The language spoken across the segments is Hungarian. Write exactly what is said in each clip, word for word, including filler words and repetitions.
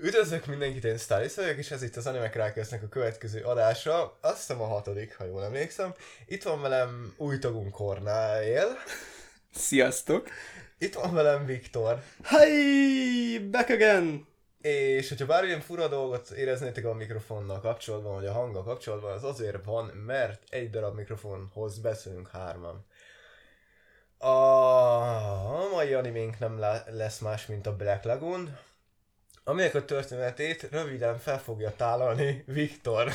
Üdvözlök mindenkit, én Stalis vagyok, és ez itt az Anime Crackers-nek a következő adása. Azt hiszem a hatodik, ha jól emlékszem. Itt van velem új tagunk Kornáél. Sziasztok! Itt van velem Viktor. Hi, back again! És hogyha bármilyen fura dolgot éreznétek a mikrofonnal kapcsolatban, vagy a hanggal kapcsolatban, az azért van, mert egy darab mikrofonhoz beszélünk hárman. A mai animénk nem lesz más, mint a Black Lagoon, aminek a történetét röviden fel fogja tálalni Viktor.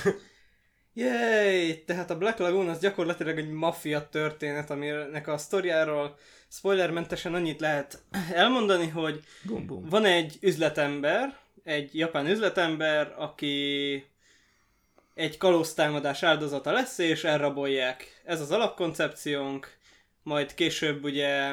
Yay! Tehát a Black Lagoon az gyakorlatilag egy maffia történet, aminek a sztoriáról spoilermentesen annyit lehet elmondani, hogy Bum, bum. van egy üzletember, egy japán üzletember, aki egy kalóztámadás áldozata lesz, és elrabolják. Ez az alapkoncepciónk, majd később ugye...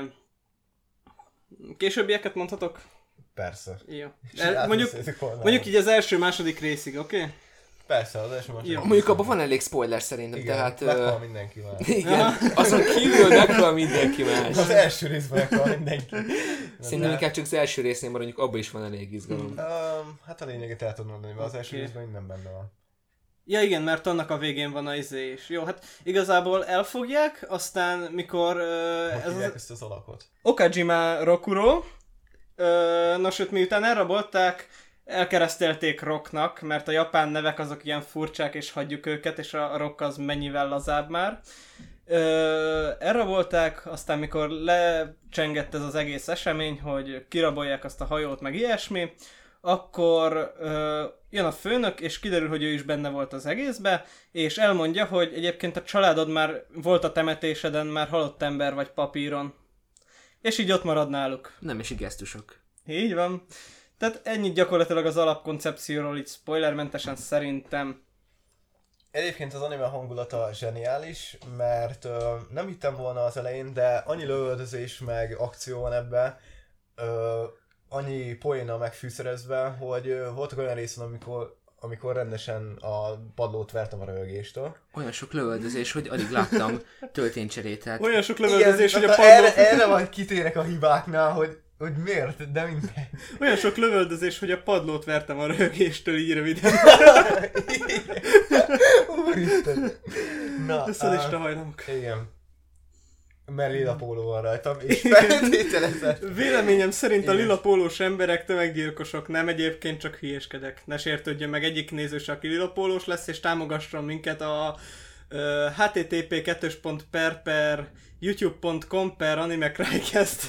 Későbbieket mondhatok? Persze. Jó. El, mondjuk, mondjuk, mondjuk így az első-második részig, oké? Okay? Persze, az első második. Mondjuk abban van elég spoiler szerintem, igen, tehát... meghal uh... mindenki már. Igen, azon kívül meghal mindenki más. Az első részben meghal mindenki. Szerintem inkább csak az első résznél maradjuk, abban is van elég izgalom. Um, hát a lényeget el tudom mondani, mert az első okay. részben minden benne van. Ja igen, mert annak a végén van az izé is. Jó, hát igazából elfogják, aztán mikor... Uh, ez az... ezt az alakot? Okajima Rokuro. Uh, nos, őt miután elrabolták, elkeresztelték Rocknak, mert a japán nevek azok ilyen furcsák, és hagyjuk őket, és a Rock az mennyivel lazább már. Uh, elrabolták, aztán mikor lecsengett ez az egész esemény, hogy kirabolják azt a hajót, meg ilyesmi, akkor uh, jön a főnök, és kiderül, hogy ő is benne volt az egészbe, és elmondja, hogy egyébként a családod már volt a temetéseden, már halott ember vagy papíron. És így ott marad náluk. Nem is gesztusok. Így van. Tehát ennyit gyakorlatilag az alapkoncepcióról, így spoilermentesen szerintem. Egyébként az anime hangulata zseniális, mert ö, nem hittem volna az elején, de annyi lövöldözés meg akció van ebbe, ö, annyi poénnal megfűszerezve, hogy ö, voltak olyan részen, amikor, amikor rendesen a padlót vertem a röhögéstől. Olyan sok lövöldözés, hogy alig láttam tölténycserét. Tehát... Olyan sok lövöldözés, igen, hogy a padlót... padlót... Erre, erre majd kitérek a hibáknál, hogy hogy miért, de minden. Olyan sok lövöldözés, hogy a padlót vertem a röhögéstől így röviden. Úristen. Na, ez szadista hajlamok. Igen. Mert lila póló van rajtam, és feltételezett. Véleményem szerint igen. A lila pólós emberek tömeggyilkosok, nem egyébként csak hülyéskedek. Ne sértődjön meg egyik néző, aki lila pólós lesz, és támogasson minket a uh, http kettős pont per per youtube pont com per animecrycast.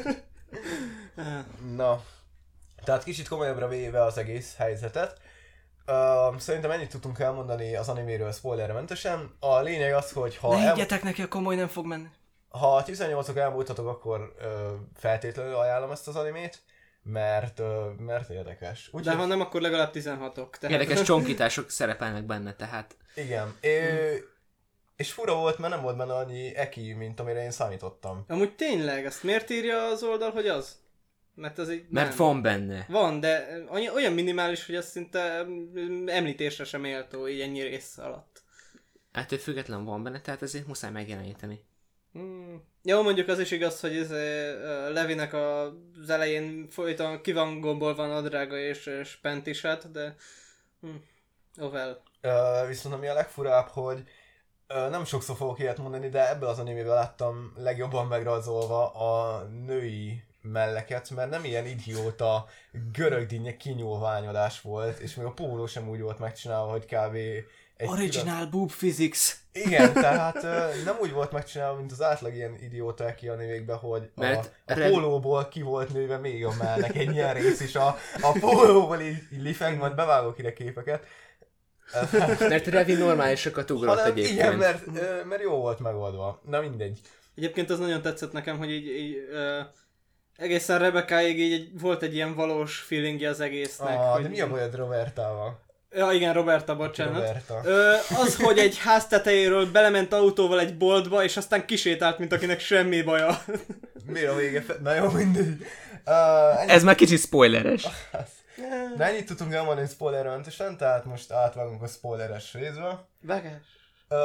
Na, tehát kicsit komolyabbra véve az egész helyzetet. Uh, szerintem ennyit tudtunk elmondani az animéről spoilermentesen. A lényeg az, hogy ha... Ne higgyetek el... neki, a komoly nem fog menni. Ha tizennyolcok elmúltatok, akkor uh, feltétlenül ajánlom ezt az animét, mert, uh, mert érdekes. Úgy, de ha nem, akkor legalább tizenhatok. Tehát... Érdekes csonkítások szerepelnek benne, tehát... Igen. É... És fura volt, mert nem volt benne annyi eki, mint amire én számítottam. Amúgy tényleg, azt miért írja az oldal, hogy az? Mert az így Mert nem. van benne. Van, de olyan minimális, hogy az szinte említésre sem méltó, így ennyi rész alatt. Ettől független van benne, tehát ezért muszáj megjeleníteni. Hmm. Jó, mondjuk az is igaz, hogy ez, Levinek az elején folyton ki van gombolva a nadrága és, és pent is hát, de... Hmm. Oh well. Uh, viszont ami a legfurább, hogy uh, nem sokszor fogok ilyet mondani, de ebből az animében láttam legjobban megrajzolva a női melleket, mert nem ilyen idióta görögdinnye kinyúlványodás volt, és még a póló sem úgy volt megcsinálva, hogy kb. Egy Original külön... boob physics. Igen, tehát uh, nem úgy volt megcsinálva, mint az átlag ilyen idióta eki animékben, hogy a, a Rev... pólóból ki volt nőve még a mellnek egy ilyen rész, és a, a pólóból így, így lifeng, majd bevágok ide képeket. Mert Revi normálisokat ugrott egyébként. Igen, mert, mert jó volt megoldva. Na mindegy. Egyébként az nagyon tetszett nekem, hogy így, így uh, egészen Rebeccaig így egy, volt egy ilyen valós feelingje az egésznek. Ah, hogy de mi a bajod Robertával? Ja igen, Roberta, bocsánat. Roberta. Ö, az, hogy egy ház tetejéről belement autóval egy boltba, és aztán kisétált, mint akinek semmi baja. Mi a vége? Fe... Na jó, mindegy. Uh, ennyi... Ez már kicsit spoileres. De ennyit tudtunk elmondani spoilermentesen, tehát most átvágunk a spoileres részbe. Vágás. Uh,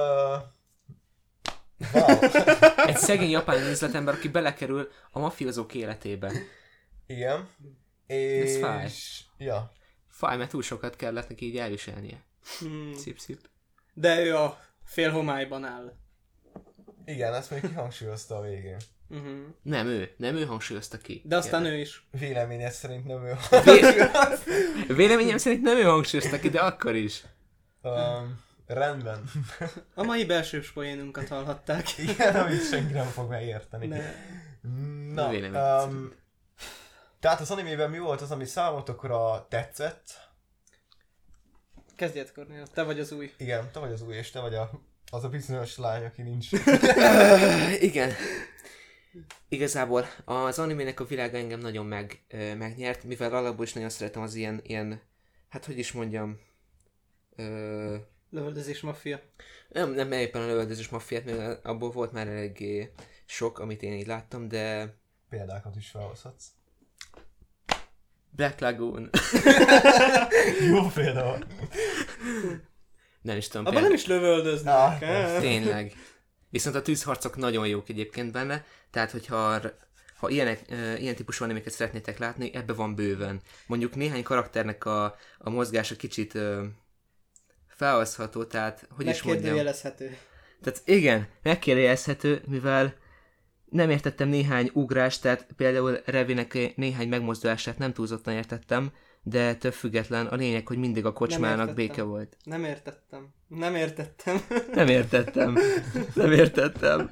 wow. Egy szegény japán üzletember, aki belekerül a mafiózók életébe. Igen. És... Ez fáj. Ja. Fáj, mert túl sokat kellett neki így elviselnie. Hmm. Szip-szip. De ő a fél homályban áll. Igen, ezt még kihangsúlyozta a végén. Uh-huh. Nem ő, nem ő hangsúlyozta ki. De aztán Kérlek. ő is. Véleményed szerint nem ő. Véleményem szerint nem ő hangsúlyozta ki, de akkor is. um, rendben. A mai belső poénunkat hallhatták. Igen, amit senki nem fog megérteni. Ne. Na, Véleményed um, tehát az animében mi volt az, ami számotokra tetszett? Kezdjed, Kornél, te vagy az új. Igen, te vagy az új, és te vagy a, az a bizonyos lány, aki nincs. Igen. Igazából az animének a világa engem nagyon meg, ö, megnyert, mivel alapból is nagyon szeretem az ilyen, ilyen hát hogy is mondjam, ö, Lövöldözés maffia. nem, nem éppen a lövöldözés maffiát, mert abból volt már eléggé sok, amit én így láttam, de Példákat is felhozhatsz. Black Lagoon. Jó például. Nem is tudom. Abban nem is lövöldöznek. Ah, eh? Tényleg. Viszont a tűzharcok nagyon jók egyébként benne, tehát hogyha ha ilyenek, uh, ilyen típusú animéket szeretnétek látni, ebbe van bőven. Mondjuk néhány karakternek a, a mozgása kicsit uh, felhozható, tehát hogy is mondjam. Megkérdőjelezhető. Tehát igen, megkérdőjelezhető, mivel nem értettem néhány ugrást, tehát például Revinek néhány megmozdulását nem túlzottan értettem, de több független a lényeg, hogy mindig a kocsmának értettem. béke volt. Nem értettem. Nem értettem. Nem értettem. Nem értettem.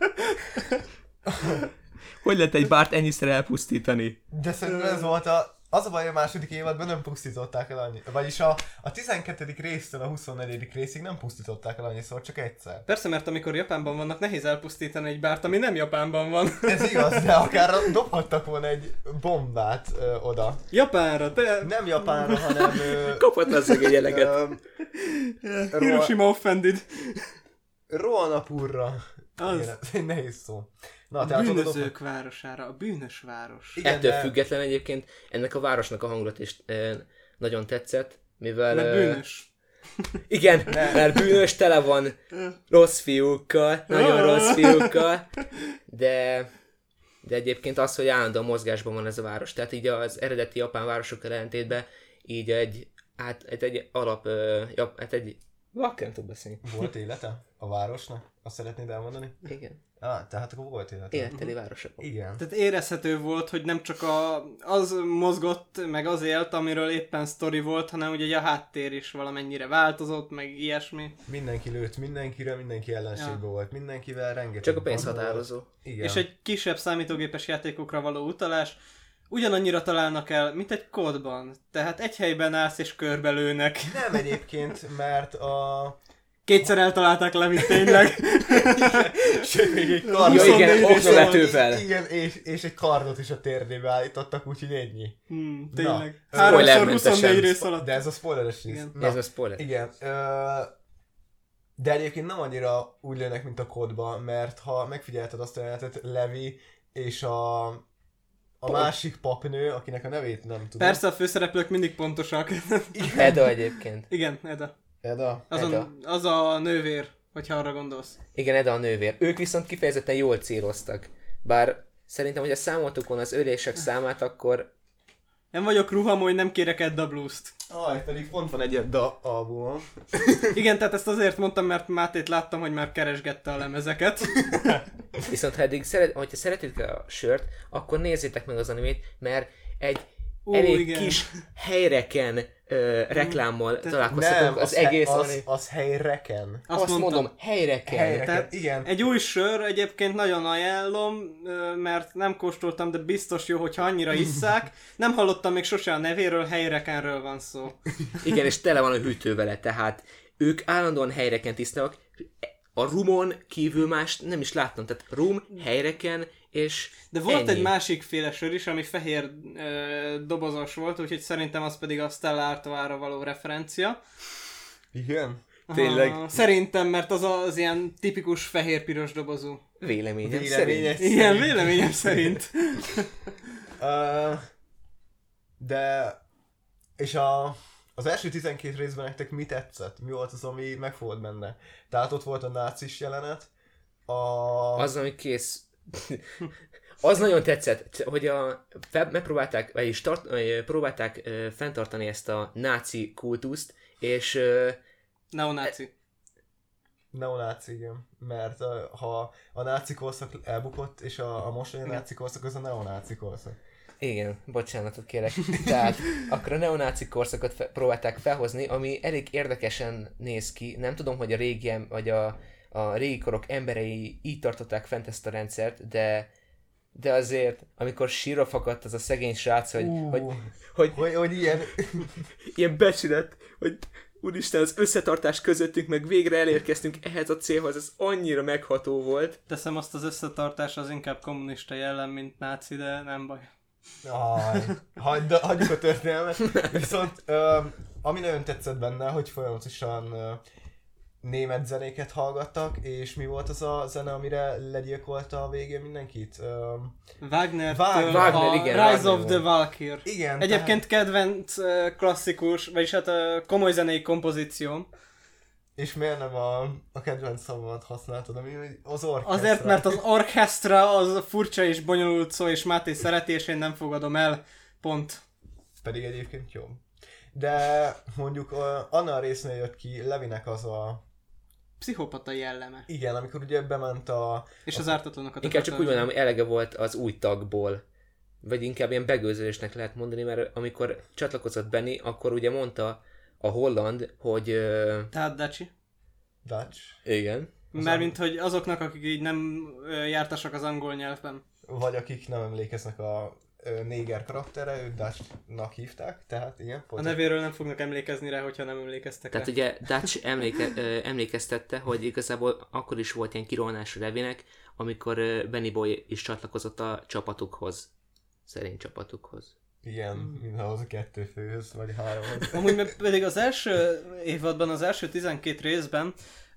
Hogy lehet egy bárt ennyiszer elpusztítani? De szerintem ez volt a... Az a baj, a második évadban nem pusztították el annyi. Vagyis a, a tizenkettedik résztől a huszonnegyedik részig nem pusztították el annyiszor, csak egyszer. Persze, mert amikor Japánban vannak, nehéz elpusztítani egy bárt, ami nem Japánban van. Ez igaz, de akár dobhattak volna egy bombát ö, oda. Japánra, te... Nem Japánra, hanem... Ö, Kapott az egy jeleget. ö, Hiroshima offended. Roanapurra. Az. Igen, ez egy nehéz szó. Na, A tehát oda bűnözők dobhat- városára, a bűnös város. Igen, Ettől de- független egyébként ennek a városnak a hangulat is e, nagyon tetszett, mivel... Mert e, bűnös. Igen, mert bűnös, tele van rossz fiúkkal, nagyon rossz fiúkkal, de, de egyébként az, hogy állandóan mozgásban van ez a város. Tehát így az eredeti japán városokkal ellentétben így egy, hát egy, egy alap, ö, jap, hát egy, vak, nem tud beszélni. Volt élete a városnak? Azt szeretnéd elmondani? Igen, Ah, tehát akkor volt élete. életteli városok. Igen. Tehát érezhető volt, hogy nem csak a, az mozgott, meg az élt, amiről éppen sztori volt, hanem ugye a háttér is valamennyire változott, meg ilyesmi. Mindenki lőtt mindenkire, mindenki ellenségben Ja. volt mindenkivel, rengeteg Csak a pénz banda határozó. volt. Igen. És egy kisebb számítógépes játékokra való utalás ugyanannyira találnak el, mint egy kódban. Tehát egy helyben állsz és körbelőnek. Nem egyébként, mert a... Kétszer eltalálták Levit tényleg. Sőt, még egy Ja, kardot... igen, okvetővel. Igen, és, és egy kardot is a térdébe állítottak, úgyhogy ennyi. Hmm, tényleg. Na, háromszor spoilermentesen. huszonnégy rész alatt. De ez a spoileres rész. Igen. Na, Ez a spoiler. igen. Ö, de egyébként nem annyira úgy lőnek, mint a kodba, mert ha megfigyelted azt a jelenetet, Levi és a, a másik papnő, akinek a nevét nem tudom. Persze a főszereplők mindig pontosak. Eda egyébként. Igen, Eda. Eda. Azon, Eda. az a nővér, hogyha arra gondolsz. Igen, Eda a nővér. Ők viszont kifejezetten jól céloztak. Bár szerintem, hogy a számoltuk volna az ölések számát, akkor Nem vagyok ruhamoly, nem kérek Edda Blues-t. Aj, pedig pont van egy Edda albumom. Igen, tehát ezt azért mondtam, mert Mátét láttam, hogy már keresgette a lemezeket. viszont ha eddig szeret, hogyha szeretitek a sört, akkor nézzétek meg az animét, mert egy Ú, elég igen. kis helyreken ö, reklámmal találkoztatunk Nem, az, az, egész he, az, anim... az helyreken. Azt, Azt mondtam. mondom, helyreken. Helyreken, Tehát igen. Egy új sör, egyébként nagyon ajánlom, ö, mert nem kóstoltam, de biztos jó, hogyha annyira isszák. Nem hallottam még sose a nevéről, helyrekenről van szó. Igen, és tele van a hűtő vele, tehát ők állandóan helyreken tisztelnek. A rumon kívül más nem is láttam, tehát rum, helyreken, és De volt ennyi. egy másik féle sör is, ami fehér ö, dobozos volt, úgyhogy szerintem az pedig a Stella Artois-ra való referencia. Igen. Tényleg. Ah, szerintem, mert az az ilyen tipikus fehér-piros dobozú. Véleményem Véleményes szerint. Igen, szerint. véleményem szerint. Uh, de... És a... Az első tizenkét részben nektek mi tetszett? Mi volt az, ami megfogott benne? Tehát ott volt a nácis jelenet, a... Az, ami kész... az nagyon tetszett, hogy a, fel, megpróbálták, vagyis tart, vagy próbálták ö, fenntartani ezt a náci kultuszt, és... Ö, Neonáci. Neonáci, igen. Mert a, ha a náci korszak elbukott, és a, a mostani Igen. náci korszak az a neonáci korszak. Igen, bocsánatot kérek. Tehát akkor a neonáci korszakot fe- próbálták felhozni, ami elég érdekesen néz ki. Nem tudom, hogy a régi, em- vagy a, a régi korok emberei így tartották fent ezt a rendszert, de de azért, amikor sírva fakadt az a szegény srác, hogy, Uh, hogy, hogy, hogy, hogy ilyen... ilyen becsület, hogy úristen, az összetartás közöttünk, meg végre elérkeztünk ehhez a célhoz, ez annyira megható volt. Teszem azt, az összetartás az inkább kommunista jellem, mint náci, de nem baj. Aj, hagyd, hagyjuk a történelmet. Viszont ö, ami nagyon tetszett benne, hogy folyamatosan ö, német zenéket hallgattak, és mi volt az a zene, amire legyilkolta a végén mindenkit? Ö, Wagner, Wagner, Wagner, a igen, Rise Wagner of the Valkyr. igen. Egyébként kedvenc uh, klasszikus, vagyis hát a komoly zenei kompozícióm. És miért nem a, a kedvenc szavamat használtad, ami az orchestra? Azért, mert az orchestra az furcsa és bonyolult szó, és Máté szereti, és én nem fogadom el. Pont. Pedig egyébként jó. De mondjuk uh, annál a résznél jött ki Levinek az a... Pszichopata jelleme. Igen, amikor ugye bement a... És az ártatlanokat. Inkább csak úgy akartam- mondanám, elege volt az új tagból. Vagy inkább ilyen begőzölésnek lehet mondani, mert amikor csatlakozott Benny, akkor ugye mondta a holland, hogy... ö, Tehát Daci. Dutch. igen. Mármint, hogy azoknak, akik így nem ö, jártasak az angol nyelvben. Vagy akik nem emlékeznek a ö, néger karakterre, őt Dutchnak hívták, tehát igen. A Pont. nevéről nem fognak emlékezni rá, hogyha nem emlékeztek Tehát rá. ugye Dutch emléke, ö, emlékeztette, hogy igazából akkor is volt ilyen kirohanás a Levinek, amikor ö, Benny Boy is csatlakozott a csapatukhoz. Szerint csapatukhoz. Igen, mindenhoz a kettő főhöz, vagy háromhoz. Amúgy meg pedig az első évadban, az első tizenkét részben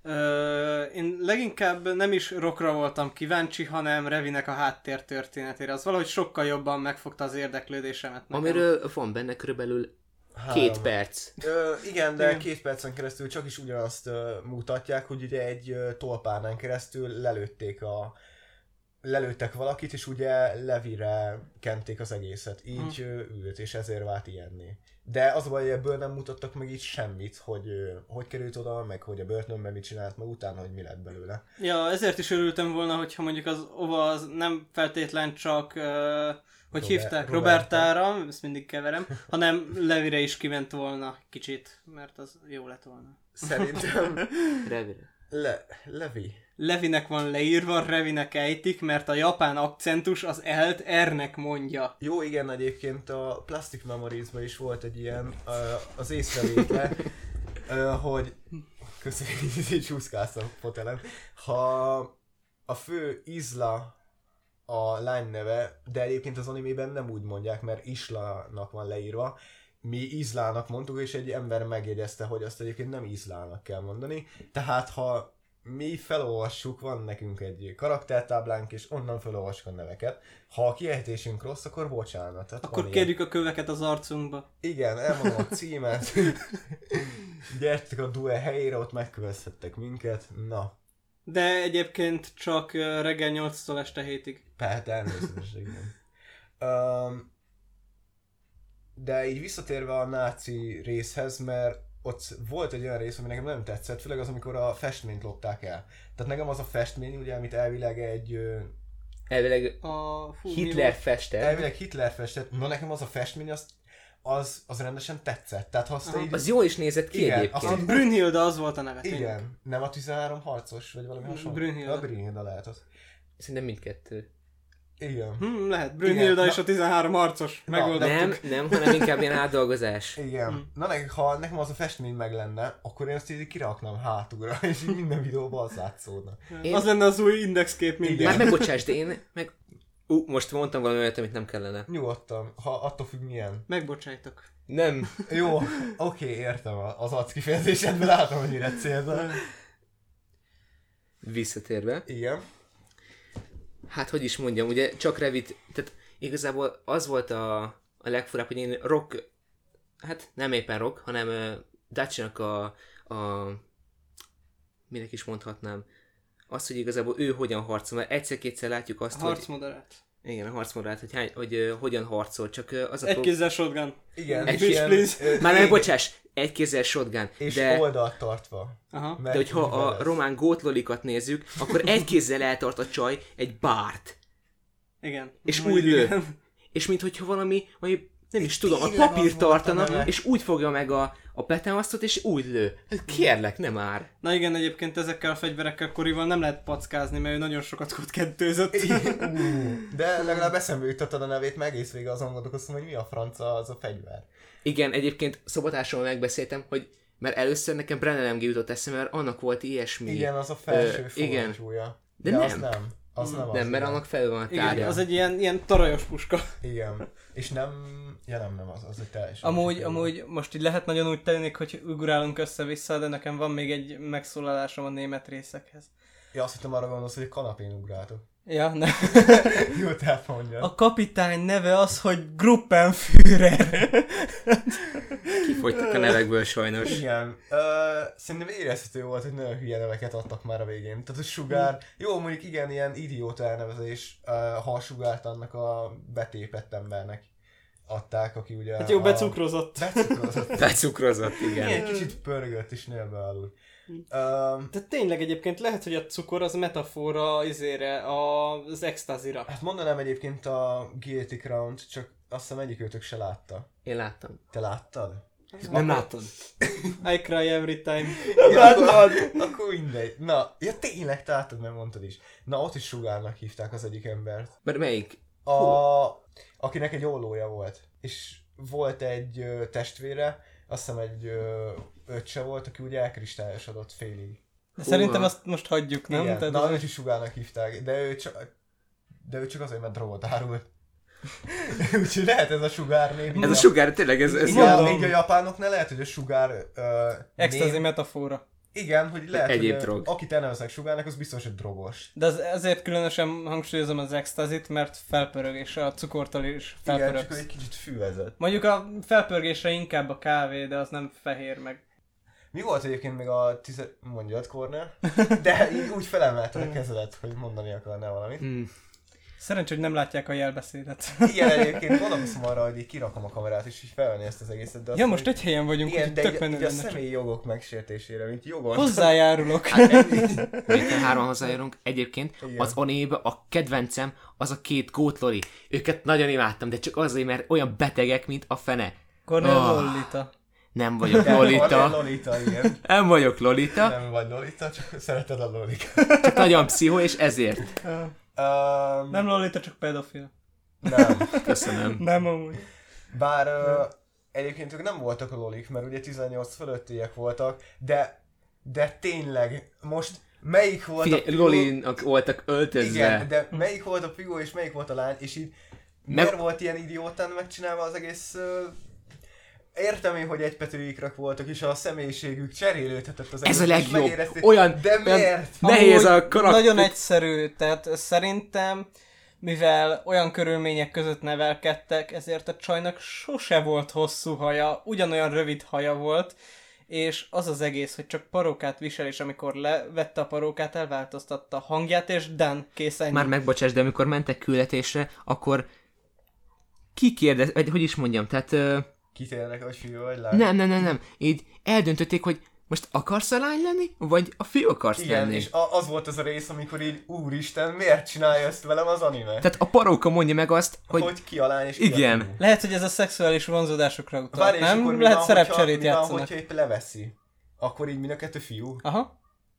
ö, én leginkább nem is rockra voltam kíváncsi, hanem Revinek a háttér történetére. Az valahogy sokkal jobban megfogta az érdeklődésemet nekem. Amiről van benne körülbelül két Három. perc. Ö, igen, de Igen. két percen keresztül csak is ugyanazt ö, mutatják, hogy ugye egy ö, tolpárnán keresztül lelőtték a lelőttek valakit, és ugye Levire kenték az egészet. Így Hm. ö, ült, és ezért vált ilyenné. De az a baj, hogy ebből nem mutattak meg így semmit, hogy ö, hogy került oda, meg hogy a börtönben mit csinált, meg utána, hogy mi lett belőle. Ja, ezért is örültem volna, hogyha mondjuk az ova az nem feltétlen csak, uh, hogy Robert- hívták, Roberta. Robertára, ezt mindig keverem, hanem Levire is kiment volna kicsit, mert az jó lett volna. Szerintem Revire. Le, Levi. Levinek van leírva, Revinek ejtik, mert a japán akcentus az elt R-nek mondja. Jó, igen, egyébként a Plastic Memories-ban is volt egy ilyen, ö, az észrevétle, ö, hogy köszönjük, így csúszkálsz a fotelen. Ha a fő Isla a lány neve, de egyébként az animében nem úgy mondják, mert Islának van leírva. Mi Islának mondtuk, és egy ember megjegyezte, hogy azt egyébként nem Islának kell mondani. Tehát ha mi felolvassuk, van nekünk egy karaktertáblánk, és onnan felolvassuk a neveket. Ha a kiejtésünk rossz, akkor bocsánat. Tehát Akkor van kérjük a köveket az arcunkba. ilyen. Igen, elmondom a címet. Gyertek a Due helyére, ott megkövezhettek minket. Na, De egyébként csak ö, reggel nyolctól este hétig. hát természetesen. um, de így visszatérve a náci részhez, mert ott volt egy olyan rész, ami nekem nem tetszett, főleg az, amikor a festményt lopták el. Tehát nekem az a festmény, ugye, amit elvileg egy... ö, Elvileg A, fú, mi Hitler volt? festett. Elvileg Hitler festett, na nekem az a festmény, az, az, az rendesen tetszett. Tehát ha azt te Aha. így... Az jó is nézett ki Igen, egyébként. azt- A Brünnhilde az volt a neve. tényleg. Igen, nem a tizenhárom harcos, vagy valami hasonló? Brünnhilde. A Brünnhilde lehet az. Szerintem mindkettő. Igen. Hm, lehet. Brünnhilde Igen, és a tizenhárom harcos. Na, Megoldottuk. Nem, nem, hanem inkább ilyen átdolgozás. Igen. Hmm. Na nekem, ha nekem az a festmény meg lenne, akkor én azt így kiraknám hátulra, és így minden videóban az látszódna. Én- Az lenne az új indexkép minden. Igen. Már megbocsáss, de én meg... Ú, most mondtam valami olyat, amit nem kellene. Nyugodtan, ha attól függ milyen. Megbocsájtok. Nem. Jó, oké, értem az arc kifejezésedben, látom, hogy mire célzol. Visszatérve. Igen. Hát, hogy is mondjam, ugye csak Revit, tehát igazából az volt a, a legfurább, hogy én rock, hát nem éppen rock, hanem uh, Dutchnak a, a, minek is mondhatnám, az, hogy igazából ő hogyan harcol, mert egyszer-kétszer látjuk azt, hogy Harcmoderát. Igen, a harcmodellát, hogy, hány, hogy uh, hogyan harcol, csak uh, az a... Egy kézzel shotgun. Igen. Egy és ilyen, ö, Már ég- meg bocsáss, egy kézzel shotgun. És de... oldalt tartva. Aha. De hogyha a román gótlolikat nézzük, akkor egy kézzel eltart a csaj egy bárt. Igen. És Mondjuk úgy lő. igen. És minthogyha valami, valami nem is tudom, a Tényleg papír az volt a tartana, neve. és úgy fogja meg a, a petámasztot, és úgy lő. Hát kérlek, nem már. Na igen, egyébként ezekkel a fegyverekkel Korival nem lehet packázni, mert ő nagyon sokat kettőzött. De legalább eszembe jutottad a nevét, meg egész végig azon gondolkoztam, hogy mi a franca az a fegyver. Igen, egyébként szobatársammal megbeszéltem, hogy mert először nekem Brennan em gé jutott eszembe, mert annak volt ilyesmi. Igen, az a felső Ö, igen. forrócsúja. De De nem. az nem. Az nem, az Nem, mert igen. annak felül van a Igen, tárgya. az egy ilyen, ilyen tarajos puska. Igen. És nem... Ja nem, nem, az, az egy teljesen... Amúgy, másik amúgy most így lehet nagyon úgy tennék, hogy ugrálunk össze-vissza, de nekem van még egy megszólalásom a német részekhez. Ja, azt hittem arra gondolsz, hogy kanapén ugráltok. Ja, nem. Jó, tehát mondja. A kapitány neve az, hogy Gruppenführer. Kifogytak a nevekből sajnos. Igen. Uh, szerintem érezhető volt, hogy nagyon hülye neveket adtak már a végén. Tehát a sugár, jó, mondjuk igen, ilyen idióta elnevezés, uh, ha a sugárt annak a betépett embernek adták, aki ugye... Hát jó, a... becukrozott. Becukrozott. Becukrozott, igen. Igen, kicsit pörgött és nélbe alul. Um, Tehát tényleg egyébként lehet, hogy a cukor az metafora izére, a- az extazira. hát mondanám egyébként a Guilty Crown-t, csak azt hiszem egyikőtök se látta. Én láttam. Te láttad? Nem láttad. I cry every time. Ja, akkor, akkor mindegy. Na, ja tényleg, te láttad, mert mondtad is. Na, ott is sugárnak hívták az egyik embert. Mert melyik? A, akinek egy ollója volt. És volt egy ö, testvére, azt hiszem egy ö, öccse volt, aki ugye elkristályosodott félig. De szerintem Húha. azt most hagyjuk, nem? Igen, Tehát na, az- őt is sugárnak hívták, de ő csak, de ő csak azért, mert drogot árult. Úgyhogy lehet ez a sugár név. Ez a sugár, tényleg ez... ez Így a, Mondom. így a japánoknál lehet, hogy a sugár ö, Extazi név, metafora. igen, hogy lehet, Egyéb hogy drog. ö, akit elneveznek sugárnak, az biztos, hogy drogos. De az, ezért különösen hangsúlyozom az extazit, mert felpörög, és a cukortól is Igen, csak felpörögsz. hogy egy kicsit füvezett. Mondjuk a felpörgésre inkább a kávé, de az nem fehér meg. Mi volt egyébként még a tize... mondjad, Cornel? De így úgy felemelted a kezedet, hogy mondani akarnál valamit. Hmm. Szerencsé, hogy nem látják a jelbeszédet. Igen, egyébként gondolkozom arra, hogy így kirakom a kamerát, és így felvenni ezt az egészet. De azt Ja, mondom, most egy helyen vagyunk, igen, hogy de tök így, menő így a lenne csak. személyi jogok megsértésére, mint jogon. Hozzájárulok. Még három hozzájárunk. Egyébként Igen. az Onébe a kedvencem az a két gótloli. Őket nagyon imádtam, de csak azért, mert olyan betegek, mint a fene. Cornel Ah. Lolita. Nem vagyok Nem, van egy Lolita. Lolita, igen. Nem vagyok Lolita. Nem vagy Lolita, csak szereted a Lolita. Csak nagyon pszichó, és ezért. Um, Nem Lolita, csak pedofil. nem. Köszönöm. Nem amúgy. Bár uh, egyébként ők nem voltak a lolik, mert ugye tizennyolc fölöttiek voltak, de, de tényleg, most melyik volt Figyelj, a fiú... Lolinak voltak öltözve. Igen, de melyik volt a fiú és melyik volt a lány, és így Meg- miért volt ilyen idiótán megcsinálva az egész... Uh, értem én, hogy egypetűikrak voltak, és a személyiségük cserélődhetett az Ez a egész, és legjobb. megérezték- Olyan- De olyan- miért? Nehéz Amúgy a karakter. Nagyon egyszerű, tehát szerintem, mivel olyan körülmények között nevelkedtek, ezért a csajnak sose volt hosszú haja, ugyanolyan rövid haja volt, és az az egész, hogy csak parókát visel, és amikor levette a parókát, elváltoztatta a hangját, és done, kész ennyi. Már megbocsáss, de amikor mentek küldetésre, akkor ki kérdez, vagy hogy is mondjam, tehát ö, Kitérnek, hogy fiú vagy lány? nem, nem, nem, nem, így eldöntötték, hogy most akarsz a lány lenni, vagy a fiú akarsz Igen, lenni. és a, az volt az a rész, amikor így, úristen, miért csinálja ezt velem az anime? Tehát a paróka mondja meg azt, hogy, hogy, hogy ki a lány és ki igen. a fiú. Lehet, hogy ez a szexuális vonzódásokra utal, Várj, és nem? akkor mi Lehet van, szerepcserét hogyha, mi van, játszanak. hogyha épp leveszi? Akkor így mind a kettő fiú? Aha.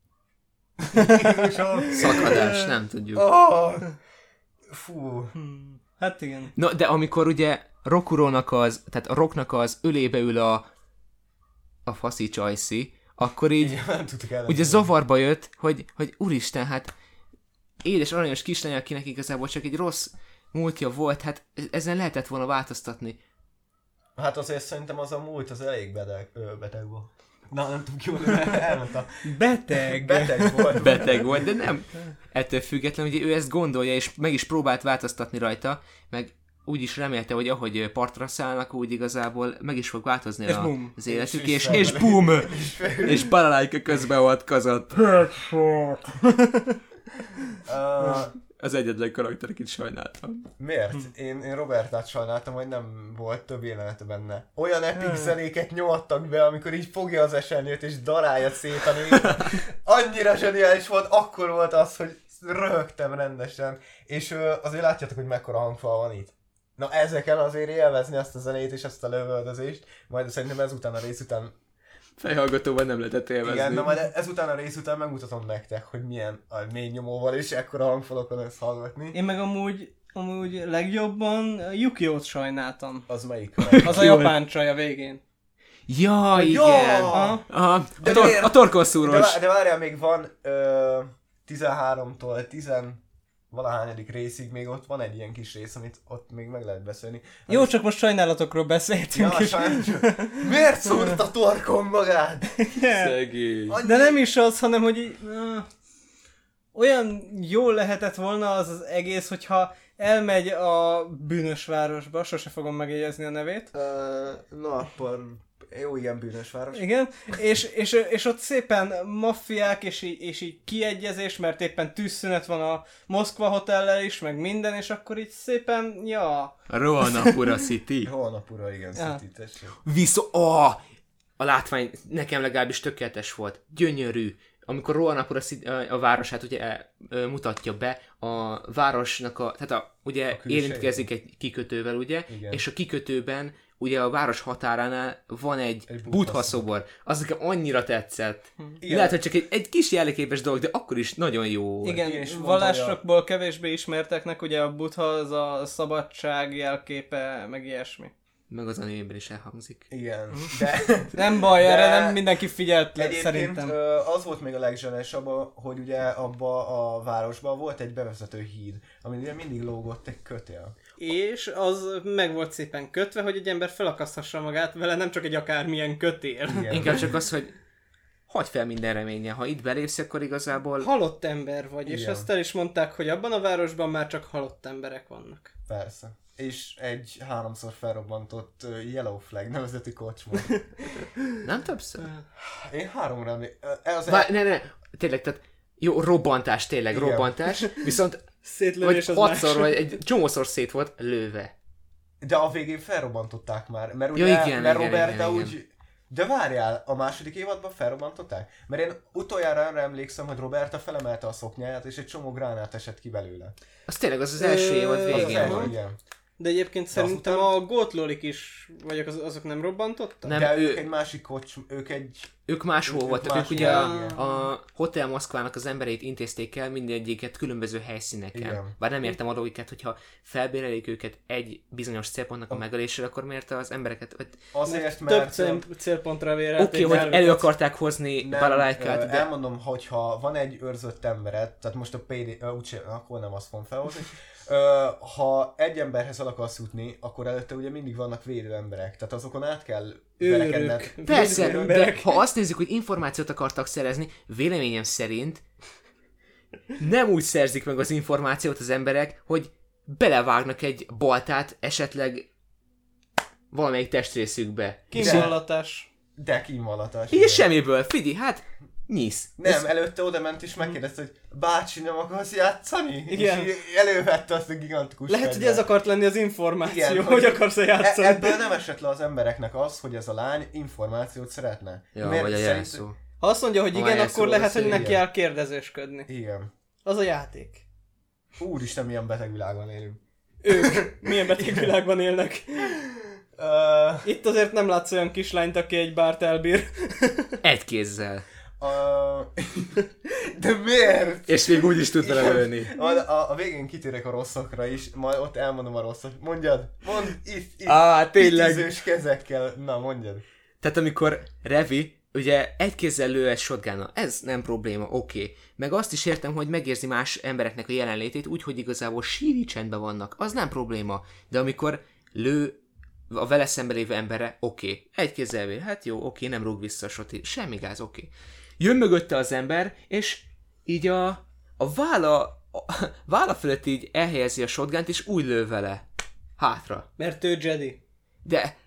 szakadás, nem tudjuk. Oh, fú. Hmm. Hát igen. No, de amikor ugye Rokurónak az, tehát a Rocknak az ölébe ül a a faszi csajszi, akkor így Igen, nem tudtuk el. ugye zavarba jött, hogy, hogy úristen, hát édes aranyos kislány, akinek igazából csak egy rossz múltja volt, hát ezen lehetett volna változtatni. Hát azért szerintem az a múlt az elég beteg, ö, beteg volt. Na, nem tudom ki volt, elmondta. Beteg. Beteg volt. Beteg volt, de nem. Ettől függetlenül, ugye ő ezt gondolja, és meg is próbált változtatni rajta, meg úgy is remélte, hogy ahogy partra szállnak, úgy igazából meg is fog változni És a, bum. az életük, És és, is és, fel- bum! És fel- És balalájka közbeavatkozott. Uh, az egyetlen karakter, akit sajnáltam. Miért? Én, én Robertát sajnáltam, hogy nem volt több jelenete benne. Olyan epic zenéket nyomottak be, amikor így fogja az esernyőt és darálja szét a nőt. Annyira zseniális volt, akkor volt az, hogy röhögtem rendesen. És ö, azért látjátok, hogy mekkora hangfal van itt. Na ezeken azért élvezni azt a zenét és ezt a lövöldözést, majd szerintem ezután a rész után... Fejhallgatóban nem lehetett élvezni. Igen, de majd ezután a rész után megmutatom nektek, hogy milyen a mély nyomóval és ekkora hangfalokon ezt hallgatni. Én meg amúgy, amúgy legjobban Yukio-t sajnáltam. Az melyik? Az a japán csaj a végén. Ja, igen. Ja! Aha, a, De tor- miért? a torkonszúros. De, de várjál, még van ö, tizenháromtól tizen valahányadik részig még ott van egy ilyen kis rész, amit ott még meg lehet beszélni. Jó, az csak most sajnálatokról beszéltünk. Ja, és... sajnos. Miért szúrt a torkom magát? Szegény. De nem is az, hanem hogy így, uh, olyan jól lehetett volna az az egész, hogyha elmegy a bűnös városba, sose fogom megjegyezni a nevét. Uh, na, akkor jó, igen, bűnös város. Igen, és, és, és ott szépen maffiák, és így, és így kiegyezés, mert éppen tűzszünet van a Moszkva hotellel is, meg minden, és akkor így szépen, ja. Rohanapura City. Holnapura, igen, Ja. City, tessék. Viszont, oh, a látvány nekem legalábbis tökéletes volt. Gyönyörű. Amikor Rohanapura City, a városát ugye mutatja be, a városnak a, tehát a, ugye A külsejét. érintkezik egy kikötővel, ugye, Igen. és a kikötőben ugye a város határánál van egy, Egy Buddha Buddha szobor. Az nekem annyira tetszett. Igen. Lehet, hogy csak egy, egy kis jelképes dolog, de akkor is nagyon jó volt. Igen, Én is mondtam, vallásokból kevésbé ismerteknek, ugye a Buddha az a szabadság jelképe, meg ilyesmi. Meg az a névben is elhangzik. Igen, de... Nem baj, De erre nem mindenki figyelt le, Egyébként szerintem. ö, az volt még a legzsenesabb, hogy ugye abba a városban volt egy bevezető híd, ami ugye mindig lógott egy kötél. És az meg volt szépen kötve, hogy egy ember felakaszthassa magát vele, nem csak egy akármilyen kötél. Igen. Inkább csak az, hogy hagyd fel minden reménye. Ha itt belépsz, akkor igazából... Halott ember vagy, és Igen. ezt el is mondták, hogy abban a városban már csak halott emberek vannak. Persze. És egy háromszor felrobbantott ö, Yellow Flag nevezetű kocsma. Nem többször? Én háromra emlé- ö, az Vár, ne, ne, tényleg, tehát jó, robbantás, tényleg Igen. robbantás, viszont vagy Szétlövés az hatszor, más. vagy egy csomószor szét volt lőve. De a végén felrobbantották már, mert Ja, ugye, igen, mert igen, Roberta igen, úgy... igen. De várjál, a második évadban felrobbantották? Mert én utoljára arra emlékszem, hogy Roberta felemelte a szoknyáját, és egy csomó gránát esett ki belőle. Az tényleg az az első Ö, évad az Az az végén első, volt. igen. De egyébként szerintem azután- a gótlolik is, vagy az, azok nem robbantottak? Nem, De ő- ők egy másik kocs, ők egy... Ők máshol Ők voltak, ők máshol, ugye a, igen. a Hotel Moszkvának az embereit intézték el mindegyiket különböző helyszíneken. Igen. Bár nem értem a logikát, hogyha felbérelik őket egy bizonyos célpontnak a megölésére, akkor miért az embereket... Vagy... Azért, Több mert... cél, célpontra vérelték. Oké, okay, hogy elő akarták hozni Nem, Balalaikát, ö, de... elmondom, hogyha van egy őrzött embered, tehát most a pé dé, ö, úgyse, akkor nem azt fogom felhozni, ö, ha egy emberhez el akarsz jutni, akkor előtte ugye mindig vannak védő emberek, tehát azokon át kell verekedned. Őrök. Persze, Védő de emberek. ha azt nézzük, hogy információt akartak szerezni, véleményem szerint nem úgy szerzik meg az információt az emberek, hogy belevágnak egy baltát esetleg valamelyik testrészükbe. Kínvallatás. De kínvallatás. Így igen. semmiből, figyelj, hát nyisz. Nem, előtte oda ment és megkérdezte, hogy bácsi, nem akarsz játszani? Igen. És így elővette azt a gigantikus Lehet, hogy fegyvert. ez akart lenni az információ, Igen, hogy, hogy akarsz-e E- játszani. ebből nem esett le az embereknek az, hogy ez a lány információt szeretne. Ja, Miért vagy a szerint- jelszó. Ha azt mondja, hogy Ha igen, már akkor jelszóról lehet, hogy beszélünk, neki igen. kell kérdezősködni. Igen. Az a játék. Úristen, milyen beteg világban élünk. Ők milyen beteg világban élnek. Uh, Itt azért nem látsz olyan kislányt, aki egy bárt elbír. Egy kézzel. uh, de miért? És még úgy is tud vele lőni. A, a, a végén kitérek a rosszokra is, majd ott elmondom a rosszat. Mondjad, mondd, itt, itt. Á, tényleg. Titizős kezekkel. Na, mondjad. Tehát amikor Revi ugye egy kézzel lő egy shotgunnal, ez nem probléma, oké. Okay. Meg azt is értem, hogy megérzi más embereknek a jelenlétét úgy, hogy igazából síri csendben vannak, az nem probléma. De amikor lő a vele szemben lévő emberre, oké. Okay. Egy kézzel vér, hát jó, oké, okay, nem rúg vissza a soti, semmi gáz, oké. Okay. Jön mögötte az ember, és így a, a válla, a válla fölött így elhelyezi a shotgunt, és úgy lő vele. Hátra. Mert ő Jedi. De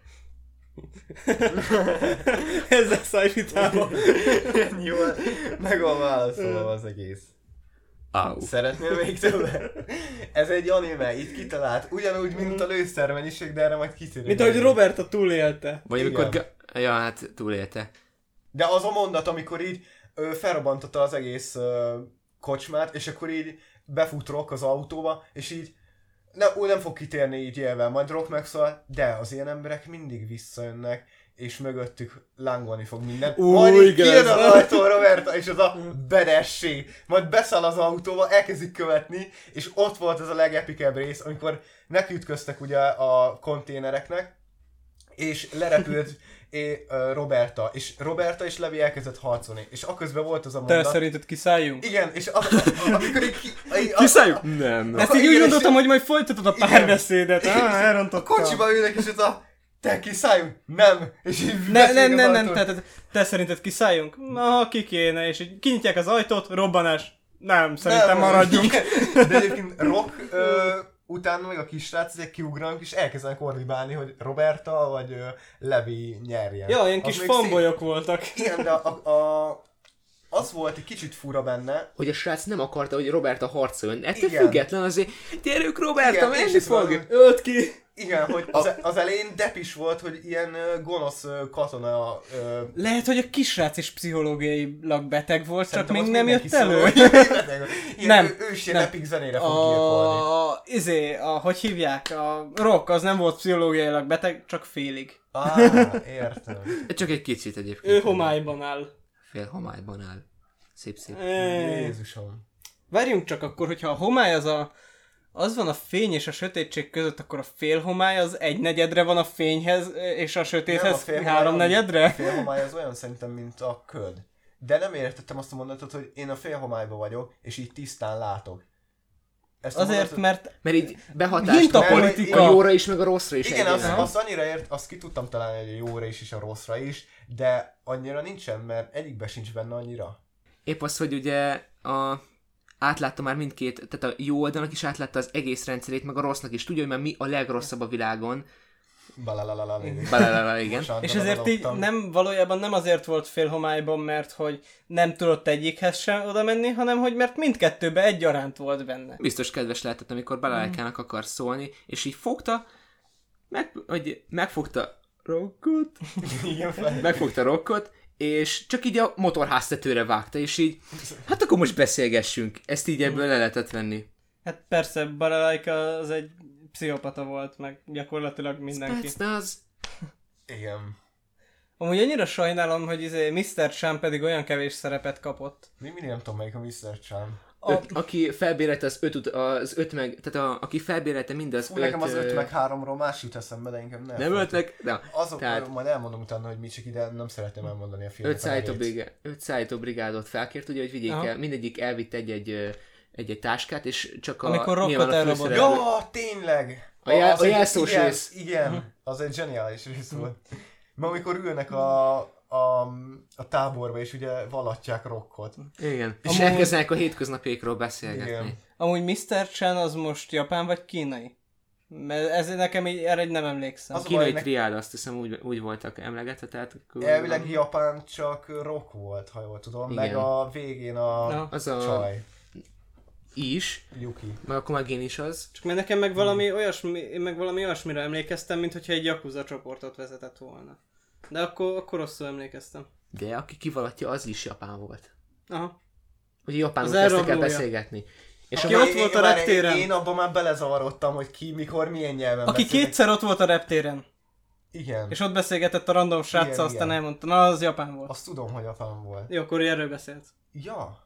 Ezzel szájvitában. Jó, meg van válaszolva az egész. Au. Szeretnél még többet? Ez egy anime, itt kitalált. Ugyanúgy, mint a lőszermennyiség, de erre majd kitérünk. Mint ahogy Roberta túlélte. Vagy Igen. amikor... Ga- ja, hát túlélte. De az a mondat, amikor így ö, felrobbantotta az egész ö, kocsmát, és akkor így befut Rock az autóba, és így ne, ó, nem fog kitérni így élve, majd Rock megszól, de az ilyen emberek mindig visszajönnek, és mögöttük lángolni fog minden. Ú, majd így igen, kijön ez- az ajtó Roberta, és az a bedesség. Majd beszáll az autóba, elkezdik követni, és ott volt ez a legepikebb rész, amikor nekiütköztek ugye a konténereknek, és lerepült é, ö, Roberta, és Roberta és Levi elkezdett harcolni, és akközben volt az a Te mondat. szerinted kiszálljunk? Igen, és az, a, amikor így ki, így- a, Kiszálljuk? Nem. Ezt így igen, úgy és- gondoltam, hogy majd folytatod a Igen. párbeszédet. és Ah, a elrontottam. kocsiba ülnek, és ez a te kiszálljunk? Nem! És így Ne, veszik nem, az nem, nem, ajtót. tehát te szerinted kiszálljunk? Na, ki kéne, és így kinyitják az ajtót, robbanás. Nem, szerintem Nem, maradjunk. igen. De egyébként Rock ö, utána meg a kisrác ezek kiugranak, és elkezdenek ordibálni, hogy Roberta vagy ö, Levi nyerjen. Ja, ilyen Az kis még fanbolyok voltak. szép- Igen, de a, a, az volt egy kicsit fura benne, Hogy a srác nem akarta, hogy Roberta harcoljon. Ettől Igen. független azért, gyerünk Roberta, Igen, menni és fog! van- Ölt ki! igen, hogy az, az elején Depp is volt, hogy ilyen ö, gonosz ö, katona ö, Lehet, hogy a kisrác is pszichológiailag beteg volt, csak Szerintem még az nem mindenki jött elő. szól. Ilyen, Nem, Ő, ő is ilyen nem. epic zenére fog gyilkolni. A, izé, a, hogy hívják, a Rock az nem volt pszichológiailag beteg, csak félig. Ah, értem. Csak egy kicsit egyébként. Ő homályban áll. Fél homályban áll. Szép-szép. Ej. Jézusom. Várjunk csak akkor, hogyha a homály az a az van a fény és a sötétség között, akkor a fél homály az egy negyedre van a fényhez, és a Nem, a sötéthez fél három homály- negyedre? A félhomály az olyan szerintem, mint a köd. De nem értettem azt a mondatot, hogy én a félhomályban vagyok, és így tisztán látok. Ezt a Azért, mondatot- mert Mert így behatást Hintapolitika. a jóra is, meg a rosszra is. Igen, azt, egyaránt. azt annyira ért, azt ki tudtam találni, hogy a jóra is, és a rosszra is, de annyira nincsen, mert egyikben sincs benne annyira. Épp az, hogy ugye a... átlátta már mindkét, tehát a jó oldalnak is átlátta az egész rendszerét, meg a rossznak is. Tudja, hogy már mi a legrosszabb a világon. Balalalala. Balalala, igen. Bocsánat, és ezért így beleloptam. nem, valójában nem azért volt félhomályban, mert hogy nem tudott egyikhez sem oda menni, hanem hogy mert mindkettőben egyaránt volt benne. Biztos kedves lehetett, amikor Balalajákának akar szólni, és így fogta, meg, hogy megfogta Rockot, Igen, fel. megfogta Rockot, és csak így a motorháztetőre vágta, és így, hát akkor most beszélgessünk. Ezt így ebből le lehetett venni. Hát persze, Balalaika az egy pszichopata volt, meg gyakorlatilag mindenki. Spetsnaz. az... Igen. Amúgy annyira sajnálom, hogy izé miszter Chan pedig olyan kevés szerepet kapott. Mi mindig nem tudom, melyik a miszter Chan. A, Öt, aki felbérelte az öt, ut- az öt meg, tehát a, aki felbérelte mind az Fú, öt... nekem az ö, öt meg háromról más jut eszembe, de inkább nem. Nem öt meg, de Azok, tehát- tehát... majd elmondom utána, hogy mi csak ide nem szeretném elmondani a filmet. öt szállító, brigád, öt szállító brigádot felkért, ugye, hogy vigyék Aha. el, mindegyik elvitt egy-egy, ö, egy-egy táskát, és csak a... Amikor Rockot nyilván a elrabolták. főszereplő- Ja, tényleg! A jel- Az a egy- jelszós igen, rész. Igen, az egy zseniális rész volt. Mert amikor ülnek a, a, a táborba, és ugye vallatják Rockot. Igen. És Amúgy- elkezdenek a hétköznapjaikról beszélgetni. Igen. amúgy miszter Chan az most japán vagy kínai? Mert ez nekem így, erre így nem emlékszem. Az- A kínai nek- triád, azt hiszem úgy, úgy voltak emlegetve, tehát... akkor- Elvileg Japán csak Rock volt, ha jól tudom, Igen. meg a végén a Ja. Az a... csaj, is, Yuki. meg akkor már Gén is az. Csak mert nekem meg valami olyasmi, én meg valami olyasmire emlékeztem, mint hogyha egy Yakuza csoportot vezetett volna. De akkor, akkor rosszul emlékeztem. De aki kivalatja, az is japán volt. Aha. Ugye japánul Az kezdtek el elrablója. beszélgetni. És Aki a... ott volt a várj, reptéren. Én abban már belezavarodtam, hogy ki, mikor, milyen nyelven Aki beszélnek. kétszer ott volt a reptéren, Igen, és ott beszélgetett a random sráccal, Igen, aztán igen. elmondta, na az japán volt. azt tudom, hogy Japán volt. Jó, akkor erről beszélt. Ja.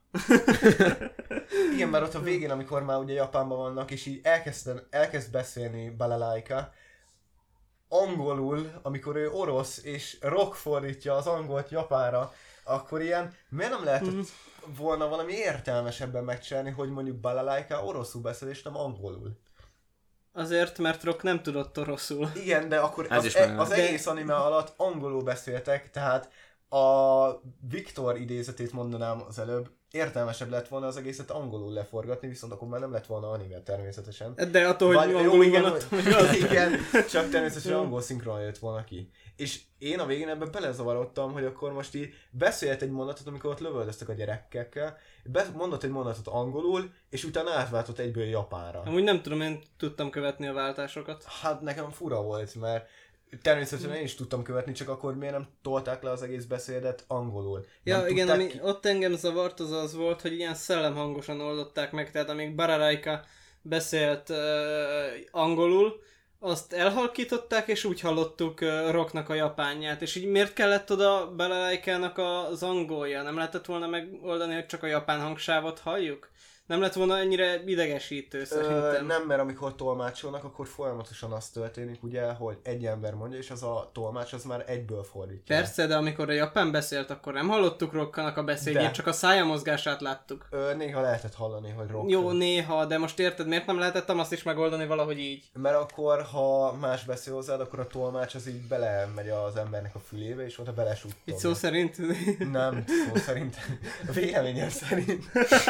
Igen, mert ott a végén, amikor már ugye Japánban vannak, és így elkezd, elkezd beszélni Balalaika, angolul, amikor ő orosz, és Rock fordítja az angolt japánra, akkor ilyen, miért nem lehetett Mhm. volna valami értelmesebben megcsinálni, hogy mondjuk Balalaika oroszul beszél, és nem angolul. Azért, mert Rock nem tudott oroszul. Igen, de akkor Ez az, is e- meg- az De- egész anime alatt angolul beszéltek, tehát a Viktor idézetét mondanám az előbb, értelmesebb lett volna az egészet angolul leforgatni, viszont akkor már nem lett volna anime természetesen. De attól, hogy angolul van ott, igen, csak természetesen angol szinkron jött volna ki. És én a végén ebben belezavarodtam, hogy akkor most így beszélt egy mondatot, amikor ott lövöldöztek a gyerekekkel, mondott egy mondatot angolul, és utána átváltott egyből japánra. Amúgy nem tudom, én tudtam követni a váltásokat. Hát nekem fura volt, mert természetesen én is tudtam követni, csak akkor miért nem tolták le az egész beszédet angolul? Ja, nem igen, ami ki... ott engem zavart, az az volt, hogy ilyen szellemhangosan oldották meg, tehát amíg Balalaika beszélt uh, angolul, azt elhalkították, és úgy hallottuk uh, Rocknak a japánját, és így miért kellett oda Balalaikának az angolja? Nem lehetett volna megoldani, hogy csak a japán hangsávot halljuk? Nem lett volna ennyire idegesítő szerintem. Ö, nem, mert amikor tolmácsolnak, akkor folyamatosan az történik, ugye, hogy egy ember mondja, és az a tolmács az már egyből fordítja. Persze, de amikor a japán beszélt, akkor nem hallottuk Rockanak a beszédjét, de. Csak a szája mozgását láttuk. Ö, néha lehetett hallani, hogy Rock. Jó, néha, de most érted, miért nem lehetettem azt is megoldani valahogy így? Mert akkor, ha más beszél hozzád, akkor a tolmács az így belemegy az embernek a fülébe, és oda belesúttog. Itt szó szerint? Nem, szó szerint. Véleményem szerint.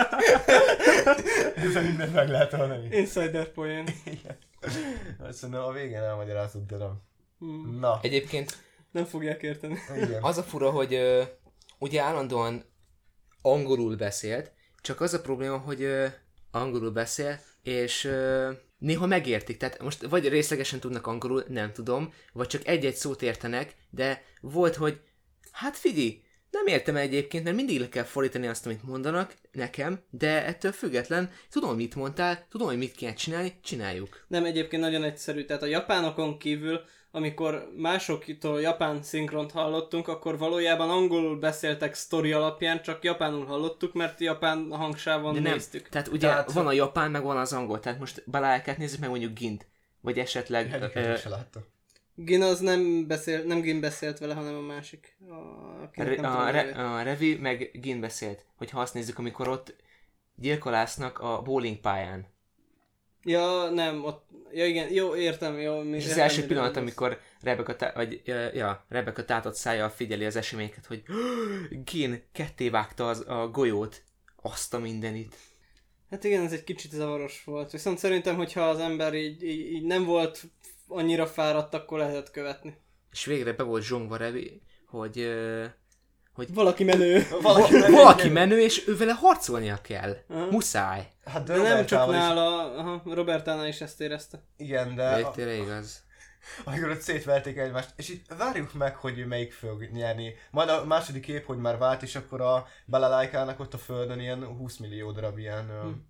Ez mindent meg lehet hallani. Insider poén. Igen. Szerintem a végén elmagyarázod, de nem. Hmm. Na. Egyébként nem fogják érteni. Igen. Az a fura, hogy uh, ugye állandóan angolul beszélt, csak az a probléma, hogy uh, angolul beszél, és uh, néha megértik. Tehát most vagy részlegesen tudnak angolul, nem tudom, vagy csak egy-egy szót értenek, de volt, hogy hát figyelj, nem értem egyébként, mert mindig le kell fordítani azt, amit mondanak nekem, de ettől független tudom, mit mondtál, tudom, hogy mit kell csinálni, csináljuk. Nem, egyébként nagyon egyszerű. Tehát a japánokon kívül, amikor másoktól japán szinkront hallottunk, akkor valójában angolul beszéltek sztori alapján, csak japánul hallottuk, mert japán hangsávon de nem. néztük. Tehát ugye Tehát... van a japán, meg van az angol. Tehát most Balalaikát nézzük meg mondjuk Gint. Vagy esetleg... Egyiket se láttam. Gin az nem beszél, nem Gin beszélt vele, hanem a másik. A, a, a, re, a Revi meg Gin beszélt. Hogyha azt nézzük, amikor ott gyilkolásznak a bowling pályán. Ja, nem, ott, ja igen, jó, értem, jó. Mi, És az első pillanat, amikor Rebecca, tá, vagy, ja, Rebecca tátott szájjal figyeli az eseményeket, hogy Gin ketté vágta az, a golyót, azt a mindenit. Hát igen, ez egy kicsit zavaros volt. Viszont szerintem, hogyha az ember így, így, így nem volt annyira fáradt, akkor lehetett követni. És végre be volt zsongva Revi, hogy... hogy valaki menő. valaki, menő, valaki menő, és ő vele harcolnia kell. Uh-huh. Muszáj. Hát de, de nem csak nála, aha, Robertánál is ezt érezte. Igen, de... de tényleg igaz. Amikor ott szétverték egymást, és itt várjuk meg, hogy melyik fog nyerni. Majd a második kép, hogy már vált, és akkor a Balalaikának ott a földön ilyen húsz millió darab ilyen... Hmm.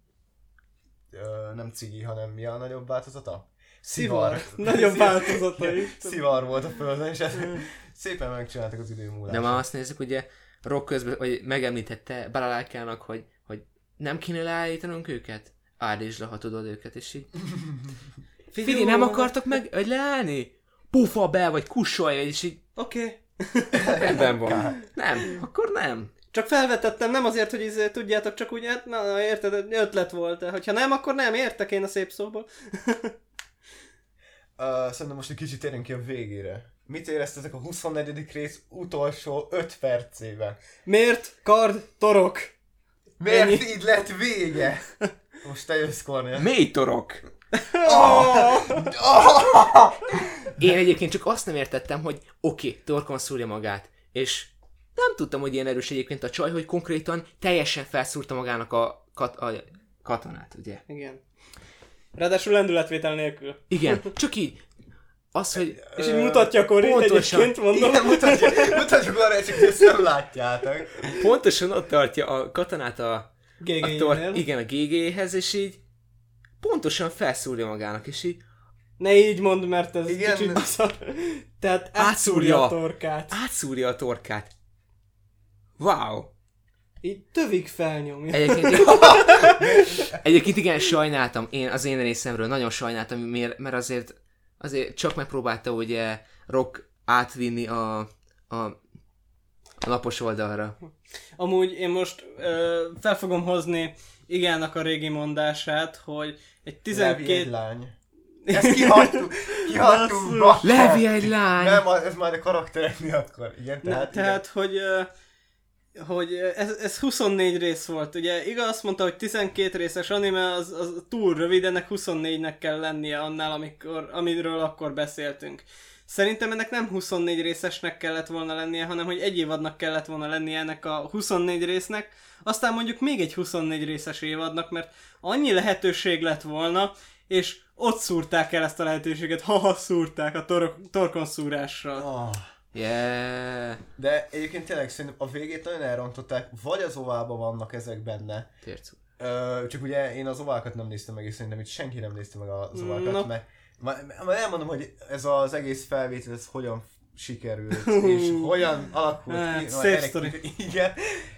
Ö, ö, nem cigi, hanem mi a nagyobb változata? Szivar. Szivar. Nagyobb változata is. Szivar volt a földön, és ezt szépen megcsináltak az idő múlását. De már azt nézzük, ugye Rock közben, vagy megemlítette Balalaikának, hogy, hogy nem kéne leállítanunk őket? Állítsd le, ha tudod őket, és így... Figyelj, nem akartak meg, hogy leállni? Pufa be, vagy kussolj, és így... Oké. Okay. Ebben van. Nem, akkor nem. Csak felvetettem, nem azért, hogy izé, tudjátok, csak úgy, hát, na, na, érted, ötlet volt. Hogyha nem, akkor nem, értek én a szép szóból. uh, szerintem most egy kicsit térjünk ki a végére. Mit éreztetek a huszonnegyedik rész utolsó öt percében? Miért kard torok? Miért Ennyi? Így lett vége? Most te jössz, Kornél. Mély torok! Oh! Oh! Én egyébként csak azt nem értettem, hogy oké, okay, torkon szúrja magát, és nem tudtam, hogy ilyen erős egyébként a csaj, hogy konkrétan teljesen felszúrta magának a, kat- a katonát, ugye? Igen. Ráadásul lendületvétel nélkül. Igen, csak így. Az, hogy... És így mutatja Corinne egyébként, mondom. Igen, mutatja, mutatjuk arra, csak ezt nem látjátok. Pontosan ott tartja a katonát a... gé gé-nél. Tor- igen, a gé gé-hez, és így pontosan felszúrja magának, és így... Ne így mondd, mert ez igen. kicsit baszar. Tehát átszúrja a torkát. Átszúrja a torkát. Wow. Így tövig felnyomja. Egyébként, egyébként igen, sajnáltam. Én az én részemről nagyon sajnáltam, mert, mert azért, azért csak megpróbálta ugye Rock átvinni a, a, a napos oldalra. Amúgy én most ö, fel fogom hozni Igának a régi mondását, hogy egy tizenkét... Levi egy lány. Ezt kihagytuk, kihagytuk. Levi egy lány. Nem, ez majd a karakterek miattkor. Igen, tehát, Na, tehát igen. hogy ö, hogy ez, ez huszonnégy rész volt. Ugye igaz, azt mondta, hogy tizenkét részes anime az, az túl rövid, ennek huszonnégynek kell lennie annál, amikor, amiről akkor beszéltünk. Szerintem ennek nem huszonnégy részesnek kellett volna lennie, hanem hogy egy évadnak kellett volna lennie ennek a huszonnégy résznek, aztán mondjuk még egy huszonnégy részes évadnak, mert annyi lehetőség lett volna, és ott szúrták el ezt a lehetőséget, ha-ha szúrták a tor- torkon szúrással. Oh. Yeah. De egyébként tényleg szerintem a végét nagyon elrontották, vagy az ovában vannak ezek benne. Tércú. Ö, csak ugye én az ovákat nem néztem meg, és szerintem itt senki nem nézte meg az ovákat, No. mert már elmondom, hogy ez az egész felvétel, ez hogyan sikerült, és hogyan alakult hát, ki. szép Ennek, sztori. igen,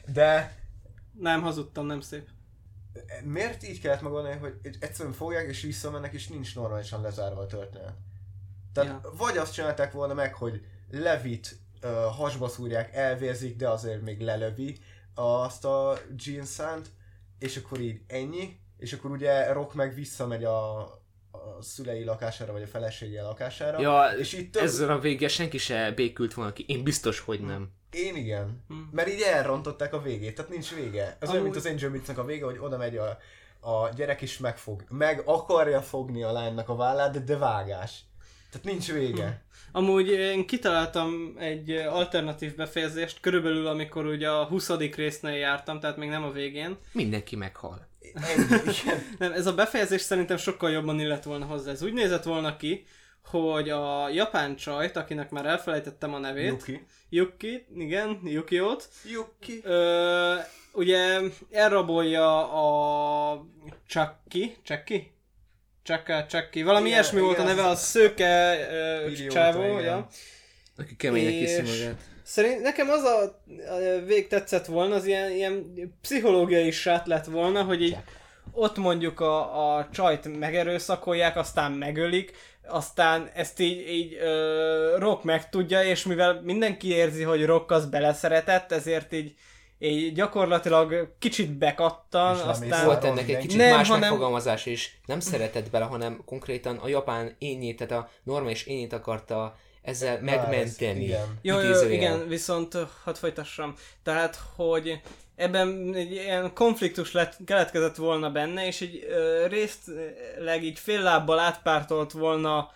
de Nem, hazudtam, nem szép. miért így kellett megoldani, hogy egyszerűen fogják és visszamennek, és nincs normálisan lezárva a történet? Tehát Ja. vagy azt csinálták volna meg, hogy Levit uh, hasba szúrják, elvérzik, de azért még lelövi azt a Jin-sant, és akkor így ennyi, és akkor ugye Rock meg visszamegy a, a szülei lakására, vagy a felesége lakására. Ja, és itt több... ezzel a véggel senki se békült volna ki. Én biztos, hogy nem. Én igen. Hmm. Mert így elrontották a végét, tehát nincs vége. Ez olyan, Amúgy- mint az Angel Beats-nek a vége, hogy oda megy a, a gyerek is megfog, meg akarja fogni a lánynak a vállát, de, de vágás. Tehát nincs vége. Amúgy én kitaláltam egy alternatív befejezést, körülbelül amikor ugye a huszadik résznél jártam, tehát még nem a végén. Mindenki meghal. Ennyi, igen. Nem, ez a befejezés szerintem sokkal jobban illett volna hozzá. Ez úgy nézett volna ki, hogy a japán csajt, akinek már elfelejtettem a nevét, Yuki. Yuki, igen, Yukiót, Yuki. ö, ugye elrabolja a Chucky, Chucky? Chucky, Chucky, valami Igen, ilyesmi volt a igen, neve, a szőke ö, Idióta, csávó, igen. ja. Aki keménynek És- hiszi magát. Szerint nekem az a, a vég tetszett volna, az ilyen, ilyen pszichológiai sát lett volna, hogy így ott mondjuk a, a csajt megerőszakolják, aztán megölik, aztán ezt így, így ö, Rock megtudja, és mivel mindenki érzi, hogy Rock az beleszeretett, ezért így, így gyakorlatilag kicsit bekattan, És nem aztán... hiszem. Volt ennek egy kicsit Nem, más hanem- megfogalmazás is. Nem szeretett bele, hanem konkrétan a japán énjét, tehát a normális énjét akarta ezzel megmenteni. igen. Jó, jó, Idézőjel. igen, viszont hadd folytassam. Tehát, hogy ebben egy ilyen konfliktus lett, keletkezett volna benne, és egy ö, részleg így fél lábbal átpártolt volna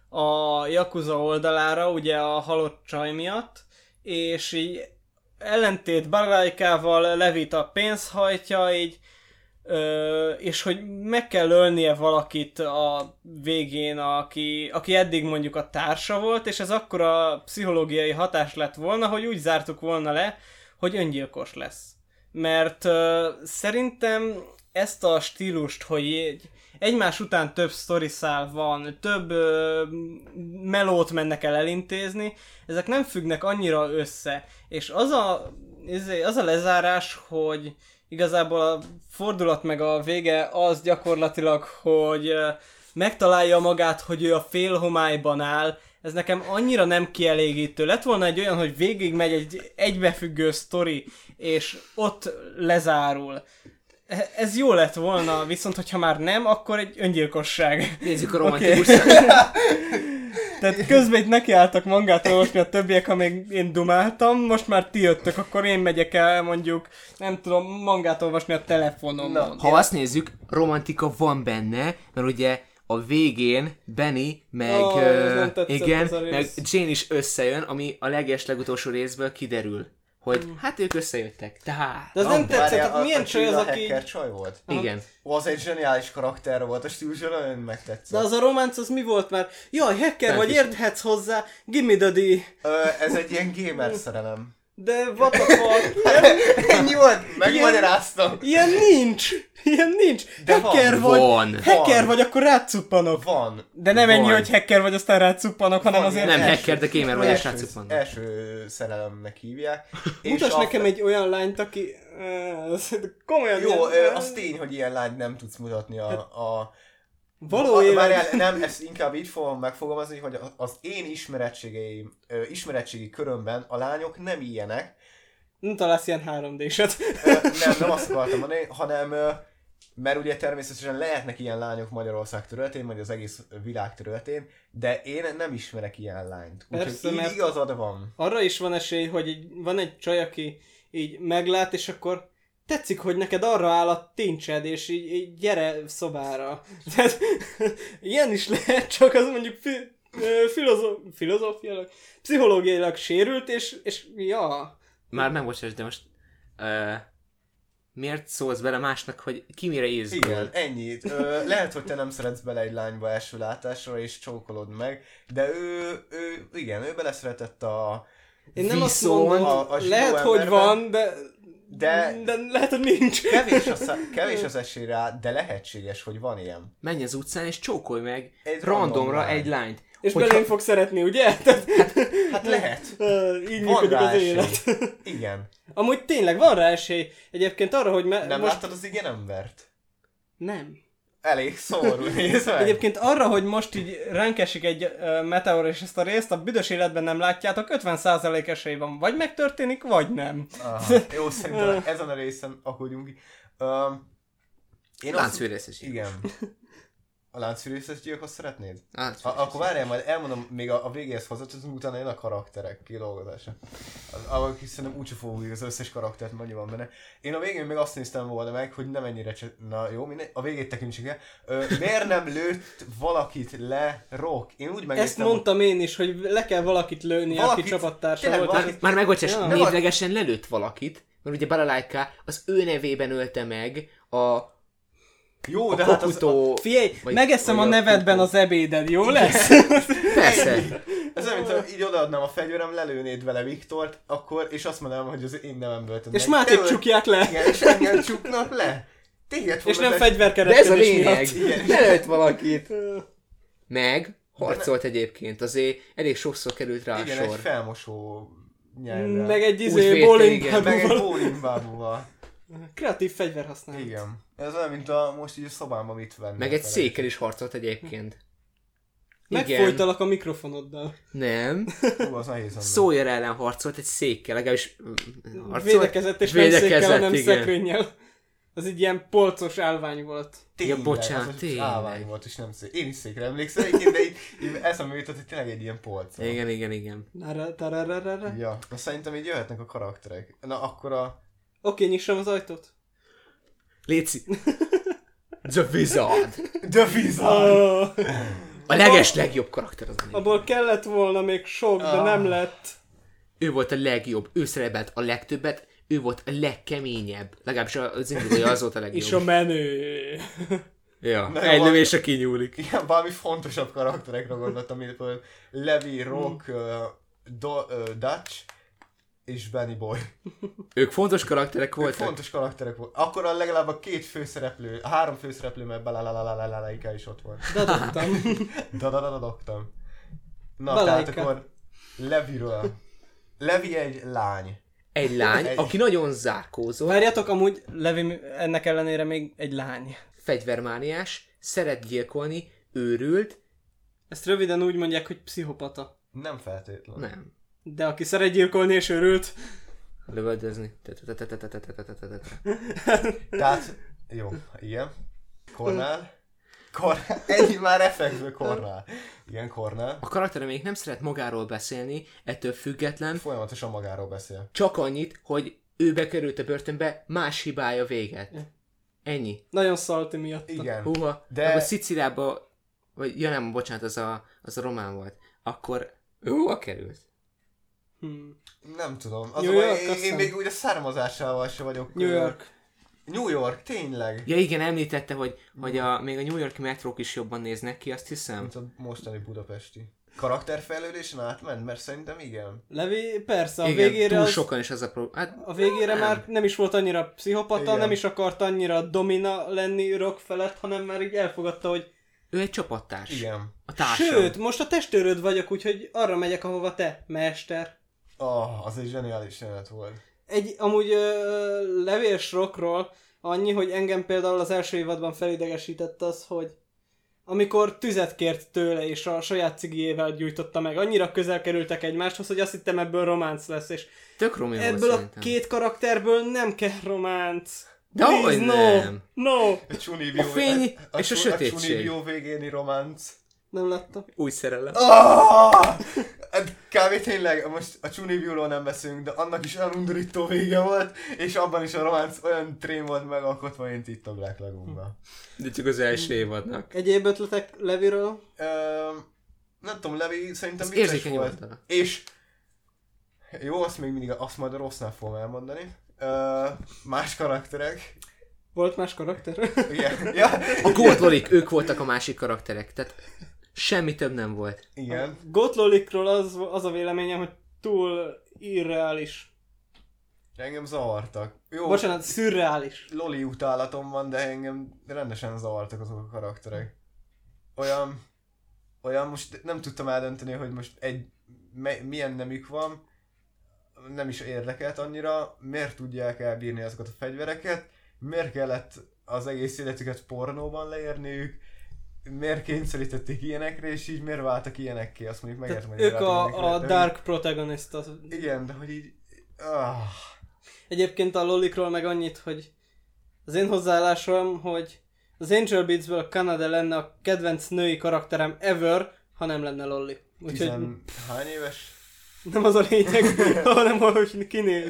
a Yakuza oldalára, ugye a halott csaj miatt, és így ellentét Baraikával Levit a pénz hajtja, így Ö, és hogy meg kell ölnie valakit a végén, aki, aki eddig mondjuk a társa volt, és ez akkora pszichológiai hatás lett volna, hogy úgy zártuk volna le, hogy öngyilkos lesz. Mert ö, szerintem ezt a stílust, hogy egy, egymás után több sztoriszál van, több ö, melót mennek el elintézni, ezek nem függnek annyira össze. És az a, az a lezárás, hogy igazából a fordulat meg a vége az gyakorlatilag, hogy megtalálja magát, hogy ő a félhomályban áll. Ez nekem annyira nem kielégítő. Lett volna egy olyan, hogy végig megy egy egybefüggő sztori, és ott lezárul. Ez jó lett volna, viszont hogyha már nem, akkor egy öngyilkosság. Nézzük a romantikus Okay. Tehát közben itt nekiálltak mangát olvasni a többiek, amíg én dumáltam, most már ti jöttök, akkor én megyek el mondjuk, nem tudom, mangát olvasni a telefonomon. Na. Ha azt nézzük, romantika van benne, mert ugye a végén Benny, meg, Ó, ez nem uh, tetszett igen, ez a meg rész. Jane is összejön, ami a leges legutolsó részből kiderül, hogy hát ők összejöttek. Tehát, De az nem tetszett, Várjál, tehát milyen a csaj az, Csilla aki... hacker csaj volt? igen. Ó, az egy zseniális karakter volt, a stílusa nagyon megtetszett. De az a románc az mi volt már? Jaj, hacker Nem vagy, hiszem. érthetsz hozzá, give me the D. Ö, ez egy ilyen gamer szerelem. De what the fuck? Ilyen, Ennyi volt, megmagyaráztam. ilyen nincs! Ilyen nincs! De Hacker van, vagy, van. hacker Van. vagy, akkor rácuppanok. Van. De nem ennyi, Van. hogy hacker vagy, aztán rácuppanok, hanem Van azért... Nem első- hacker, de gamer vagy, és első, rátszuk vannak. első szerelemnek hívják. Mutass a- nekem egy olyan lányt, aki... Uh, az- komolyan... Jó, ilyen- ö, az tény, hogy ilyen lányt nem tudsz mutatni a... a Való a- élet... Várjál, nem, ezt inkább így fogom megfogalmazni, hogy az én ismerettségeim, ö, ismerettségi körömben a lányok nem ilyenek. Nem találsz ilyen három dé-set. Ö, nem, nem azt akartam mondani, hanem ö, mert ugye természetesen lehetnek ilyen lányok Magyarország területén, vagy az egész világ területén, de én nem ismerek ilyen lányt. Persze, Úgyhogy így mert- igazad van. Arra is van esély, hogy egy, van egy csaj, aki így meglát, és akkor tetszik, hogy neked arra áll a tincsed, és így, így gyere szobára. Tehát ilyen is lehet, csak az mondjuk fi, filozó, filozófiailag, pszichológiailag sérült, és, és ja. Már megbocsáss, de most uh, miért szólsz bele másnak, hogy ki mire izgul? Igen, ennyit. Ö, lehet, hogy te nem szeretsz bele egy lányba első látásra, és csókolod meg, de ő, ő igen, ő beleszeretett a... Én nem azt Viszont mondom, a- a zsidó lehet, hogy emberben- van, de, De de lehet, hogy nincs. kevés, a szá- kevés az esély rá, de lehetséges, hogy van ilyen. Menj az utcán és csókolj meg Egy random randomra lány. egy lányt. És Hogyha- belém fog szeretni, ugye? Tehát, Hát lehet. ö, így Van működik rá az esély. élet. Igen. Amúgy tényleg van rá esély. Egyébként arra, hogy me- Nem most... láttad az igen embert? Nem. Elég szomorú, nézd meg. Egyébként arra, hogy most így ránk esik egy uh, meteor, és ezt a részt a büdös életben nem látjátok, ötven százalék esély van. Vagy megtörténik, vagy nem. Aha, jó, szerintem ezen a részen akadjunk ki. Um, én azt... Láncfűrészes. Igen. A láncfűrészes gyilkos szeretnéd? Láncfűrészes. Ha, akkor várjál, majd elmondom, még a, a végéhez hozzáteszünk, utána jön a karakterek kidolgozása. Ahol kis szerintem úgyse fogjuk az összes karaktert, annyi van benne. Én a végén még azt néztem volna meg, hogy nem ennyire cse... Na jó, mindegy, a végét tekintsük el. Ö, miért nem lőtt valakit le Rock? Én úgy megnéztem, Ezt mondtam én is, hogy le kell valakit lőni, Valakit- aki csapattársa tényleg volt. valakit- és- Már megbocsás, Ja. névlegesen lelőtt valakit, mert ugye Balalaika az ő nevében ölte meg a Jó, a de hát az, koputó... Figyelj, Vagy- megeszem a vagy a nevedben kupó. az ebéded, jó lesz? Persze. ez olyan, mint így odaadnám a fegyverem, lelőnéd vele Viktort, akkor, és azt mondanám, hogy az én nevemből tett És meg. Máték Te- csukják le. Igen, és engem csuknak le. Téged És nem fognak le- De ez a fegyverkereskedés lényeg. miatt. Lelőtt valakit. Meg harcolt egyébként, azért elég sokszor került rá a Igen, egy sor. felmosó nyelvvel. Meg egy Úgy izé védte, bowling igen. Meg egy bábúval. bowling bábúval. Kreatív fegyver használat. Igen. Ez olyan, mint a most így a szobámban mit venni. Meg egy székkel is harcolt egyébként. Megfojtalak a mikrofonoddal. Nem. Hú, az nehéz. Szó... Sawyer ellen harcolt egy székkel, legalábbis mm, harcolt. Védekezett és nem Védekezett, székkel, hanem igen. szekrényel. Az egy ilyen polcos állvány volt. Tényleg, Ja, bocsánat, az tényleg. állvány volt, és nem szék. Én is székre emlékszem, egyébként, de így, így eszembe jutott, hogy tényleg egy ilyen polc. van. Igen, igen, igen. Nara- tarararara. Ja, na szerintem így jöhetnek a karakterek. Na akkor a... Oké, nyissam az ajtót. Léci. The Wizard. The Wizard! Oh, A leges legjobb karakter az a név. abból kellett volna még sok, de Ah. nem lett. Ő volt a legjobb, ő szerepelt a legtöbbet, ő volt a legkeményebb. Legalábbis az indulója az volt a legjobb. És a menő. Ja, Na, egy jó, lövésre kinyúlik. Igen, valami fontosabb karakterekre gondoltam, mint például Levi, Rock, uh, Do, uh, Dutch és Benny Boy. Ők fontos karakterek Ők voltak. fontos karakterek volt. Akkor a legalább a két főszereplő, a három főszereplő, mert Balalalalalaika is ott volt. Dadogtam. Dadadadadoktam. Na, Balaika. tehát akkor Leviről. Levi egy lány. Egy lány, Egy- aki nagyon zárkózott, Várjatok, amúgy Levi ennek ellenére még egy lány. fegyvermániás, szeret gyilkolni, őrült, Ezt röviden úgy mondják, hogy pszichopata. Nem feltétlen. nem, De aki szeret gyilkolni és őrült, lövöldözni. Tehát, jó, igen. Kornál. Kornál. Ennyi már effektből Kornál. Igen, Kornál. A karaktere még nem szeret magáról beszélni, ettől független, Folyamatosan magáról beszél. csak annyit, hogy ő bekerült a börtönbe, más hibája véget. Ennyi. nagyon szalti miatt. Igen. Húha, De- de... akkor Sziciliába, vagy ja nem, bocsánat, az a, az a román volt. Akkor ő hova került? Hmm. Nem tudom. Az New a baj, York, én, azt én hiszem. még úgy a származásával se vagyok. New ö, York. New York, tényleg. Ja igen, említette, hogy, hogy a, még a New York metrók is jobban néznek ki, azt hiszem. Mint a mostani budapesti. Karakterfejlődésen átment? Mert szerintem igen. Levi, persze, a Igen, végére túl az, sokan is az a prób... Hát, a végére nem. már nem is volt annyira pszichopata, Igen. nem is akart annyira domina lenni Rock felett, hanem már így elfogadta, hogy Ő egy csapattárs. Igen. A társam. sőt, most a testőröd vagyok, úgyhogy arra megyek, ahova te, mester. Ah, az egy zseniális jelenet volt. Egy amúgy ö, Levi és Rockról annyi, hogy engem például az első évadban felidegesített az, hogy amikor tüzet kért tőle és a saját cigiével gyújtotta meg, annyira közel kerültek egymáshoz, hogy azt hittem ebből románc lesz, és Tök romi volt ebből a szerintem. két karakterből nem kell románc. De Please, hogy no, nem. no. A, Csunibió, A fény és a Csu- sötétség. A Csunibió végéni románc. Nem láttam. Új szerelem. Oh! Kb. Tényleg, most a Csuni View-ról nem beszélünk, de annak is olyan undorító vége volt, és abban is a románc olyan trém volt megalkotva, mint itt a Black Lagoonban. De csak az első évadnak. Egyéb ötletek Leviről? Ö, nem tudom, Levi szerintem Ez vicces érzékeny volt. oldala. És jó, azt még mindig, azt majd a rossznál fogom elmondani. Ö, más karakterek. Volt más karakter? Igen. Ja. A Gold Lolik, ők voltak a másik karakterek, tehát semmi több nem volt. Igen. Gotlolikról az, az a véleményem, hogy túl irreális. Engem zavartak. Jó, Bocsánat, szürreális. Loli utálatom van, de engem rendesen zavartak azok a karakterek. Olyan, olyan most nem tudtam eldönteni, hogy most egy me, milyen nemük van, nem is érdekelt annyira, miért tudják elbírni azokat a fegyvereket, miért kellett az egész életüket pornóban leérniük, miért kényszerítették ilyenekre, és így miért váltak ilyenekké, azt mondjuk megértem, ők a, a Dark Protagonist. Az... Igen, de hogy így... Ah. Egyébként a Lolikról meg annyit, hogy az én hozzáállásom, hogy az Angel Beats-ből a Kanade lenne a kedvenc női karakterem ever, ha nem lenne Loli. Úgyhogy Tizen... Hány éves? nem az a lényeg, hanem hogy kinéz.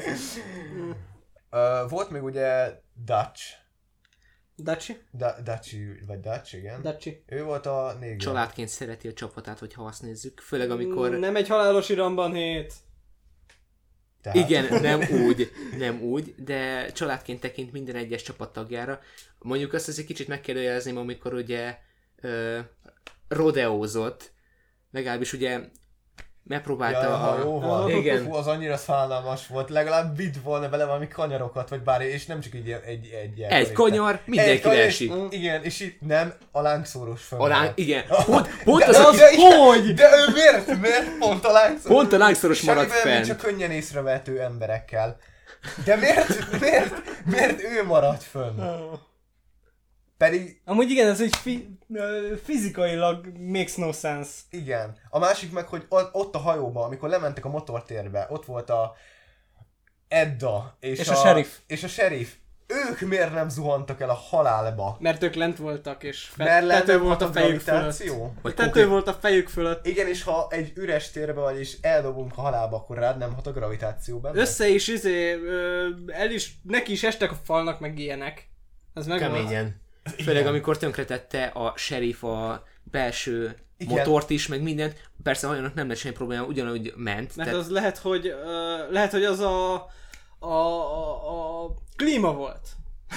Uh, volt még ugye Dutch. Daci? Da- Daci, vagy Dutch, igen. Daci. Ő volt a néger. Családként szereti a csapatát, hogyha azt nézzük. Főleg amikor... Nem egy halálos iramban hét. Tehát... Igen, nem úgy, nem úgy, de családként tekint minden egyes csapattagjára. Mondjuk azt azért kicsit megkérdőjelezném, amikor ugye ö, rodeózott, legalábbis ugye megpróbálta ja, a... hajóval. Igen. Hú, az annyira szállalmas volt. Legalább vidd volna bele valami kanyarokat, vagy bármi, és nem csak így egy... Egy, egy, egy kanyar, mindenki kanyar, leesik. Igen, és itt nem, a lángszórós fönn. A láng, igen. Pont, pont de, az, de, aki... de, hogy? De ő miért? Miért pont a lángszórós? Pont a lángszoros maradt fent. Csak könnyen észrevehető emberekkel. De miért? Miért? Miért ő maradt fönn? Pedig... Amúgy igen, ez egy fi- fizikailag makes no sense. Igen. A másik meg, hogy ott a hajóban, amikor lementek a motortérbe, ott volt a Edda és, És a, a sheriff. És a sheriff. Ők miért nem zuhantak el a halálba? Mert ők lent voltak, és fe- Mert tető volt a fejük fölött. Vagy Tető konkrét... volt a fejük fölött. Igen, és ha egy üres térbe vagy, és eldobunk a halálba, akkor rád nem hat a gravitáció benne? Össze is, izé, ö, el is, neki is estek a falnak, meg ilyenek. Ez meg Keményen. Főleg amikor tönkretette a sheriff a belső igen. motort is, meg mindent. Persze a hajónak nem lett semmi probléma, ugyanúgy ment. Mert tehát... az lehet, hogy uh, lehet, hogy az a, a, a, a klíma volt.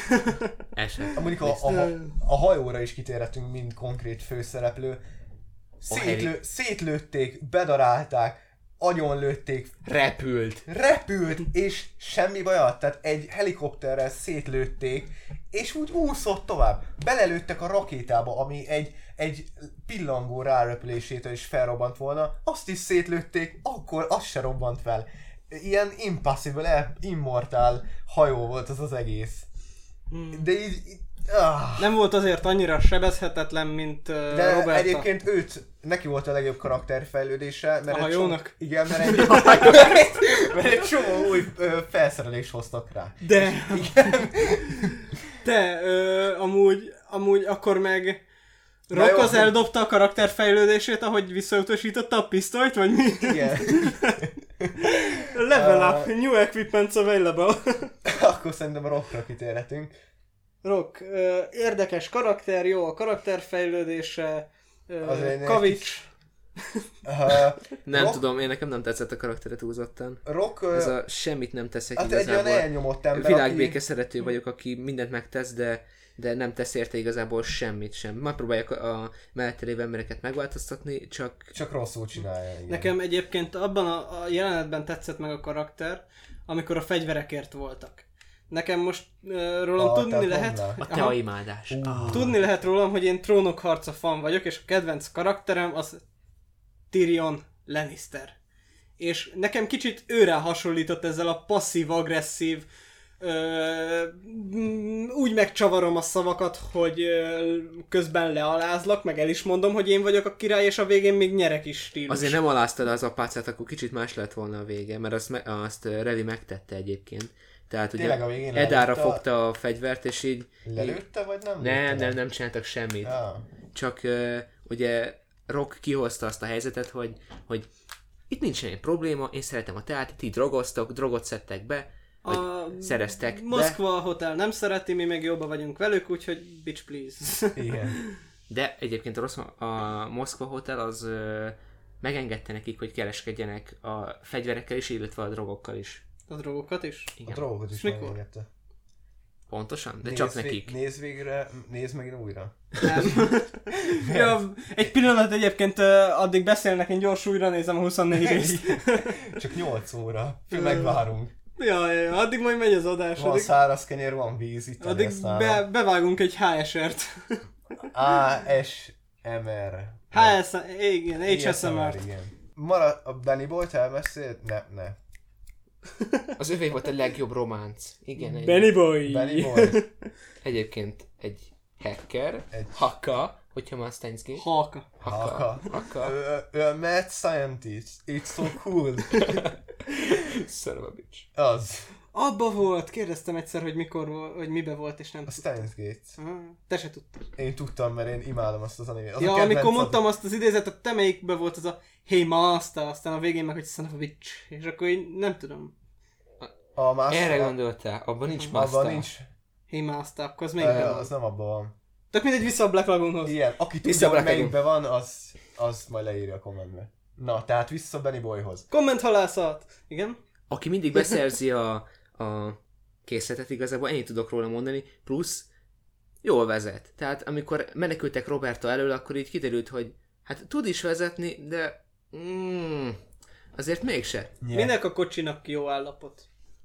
Eset. Mondjuk a, a, a, a hajóra is kitérhetünk, mint konkrét főszereplő. Szétlő, szétlőtték, bedarálták, agyonlőtték. Repült. Repült, és semmi bajat. Tehát egy helikopterrel szétlőtték, és úgy úszott tovább. Belelőttek a rakétába, ami egy, egy pillangó ráröpülésétől is felrobbant volna. Azt is szétlőtték, akkor az se robbant fel. Ilyen impossible, immortál hajó volt az az egész. Hmm. De így... Ah. Nem volt azért annyira sebezhetetlen, mint uh, De Roberta. egyébként őt, neki volt a legjobb karakterfejlődése. Mert a hajónak? Csomó, igen, mert egy, mert egy csomó új ö, felszerelést hoztak rá. De... Igen. De, ö, amúgy, amúgy akkor meg... Rock az eldobta a karakterfejlődését, ahogy visszautasította a pisztolyt, vagy mi? Igen. Level up, uh, new equipments available. Akkor szerintem a Rockra kitérhetünk. Rock, ö, érdekes karakter, jó a karakterfejlődése, ö, kavics. Uh, nem Rock, tudom, én nekem nem tetszett a karaktere túlzottan. Rock, Ez a semmit nem teszek hát igazából. egy olyan elnyomott ember, világbéke aki... szerető vagyok, aki mindent megtesz, de, de nem tesz érte igazából semmit sem. Megpróbálják a mellette lévő embereket megváltoztatni, csak... Csak rosszul csinálja, igen. Nekem egyébként abban a, a jelenetben tetszett meg a karakter, amikor a fegyverekért voltak. Nekem most uh, rólam a tudni lehet... A teaimádás. Uh. Tudni lehet rólam, hogy én Trónok harca fan vagyok, és a kedvenc karakterem az Tyrion Lannister. És nekem kicsit őre hasonlított ezzel a passzív-agresszív, ö, úgy megcsavarom a szavakat, hogy ö, közben lealázlak, meg el is mondom, hogy én vagyok a király, és a végén még nyerek is stílus. Azért nem aláztad az apácát, akkor kicsit más lett volna a vége, mert azt, me- azt Revi megtette egyébként. Tehát ugye Edára fogta a fegyvert, és így... Lelőtte, vagy nem? Nem, nem, nem csináltak semmit. Ja. Csak uh, ugye Rock kihozta azt a helyzetet, hogy, hogy itt nincs semmi probléma, én szeretem a teát, ti drogoztok, drogot szedtek be, vagy A szereztek Moszkva be. Hotel nem szereti, mi meg jobban vagyunk velük, úgyhogy bitch please. Igen. De egyébként a, rossz, a Moszkva Hotel az ö, megengedte nekik, hogy kereskedjenek a fegyverekkel is, illetve a drogokkal is. A drogokat is? Igen. A drogokat is Mikor? megengedte. Pontosan? De Nézd csak vég- nekik. Nézd végre, nézd megint újra. Nem. Ja, egy pillanat egyébként uh, addig beszélnek, én gyors újra nézem a huszonnégy részt. Csak nyolc óra. Megvárunk. Ja, ja, ja, addig majd megy az adás. Van Addig, száraz kenyér, van víz, itt addig be, bevágunk egy há es er-t. á es em er. há es er, igen, há es em er-t. Igen. Marad a Benny Boy-t elmesélt? Ne, ne. Az övé volt a legjobb románc. Igen. Egy, Benny Boy! Benny Boy. Egyébként egy hacker, Egy- haka, hogyha már Steins Halka. Haka. Haka. Haka. Ö, ö, a mad scientist. It's so cool. Son of a bitch. Az. Abba volt, kérdeztem egyszer, hogy mikor volt, hogy mibe volt, és nem A tudtam. Steins Gate. Ah, te se tudtad. Én tudtam, mert én imádom azt az animét. Az Ja, a kedvenc amikor az- mondtam azt az idézetet, te melyikbe volt az a Hey Master, aztán a végén meg, hogy son of a bitch. És akkor én nem tudom. A más... Erre gondoltál, abban nincs master. Abban nincs. Hey Master, akkor az Ö, melyikben az van? nem abban van. Tök mindegy, vissza a Black Lagoonhoz. Igen, aki Vissza tudja, hogy Black melyikben van, az, az majd leírja a kommentbe. Na, tehát vissza Benny Boyhoz. Komment halászat. Igen? Aki mindig beszerzi a, a készletet, igazából ennyit tudok róla mondani, plusz jól vezet. Tehát amikor menekültek Roberto elől, akkor így kiderült, hogy hát tud is vezetni, de mm, azért mégse. Yeah. Minek a kocsinak jó állapot?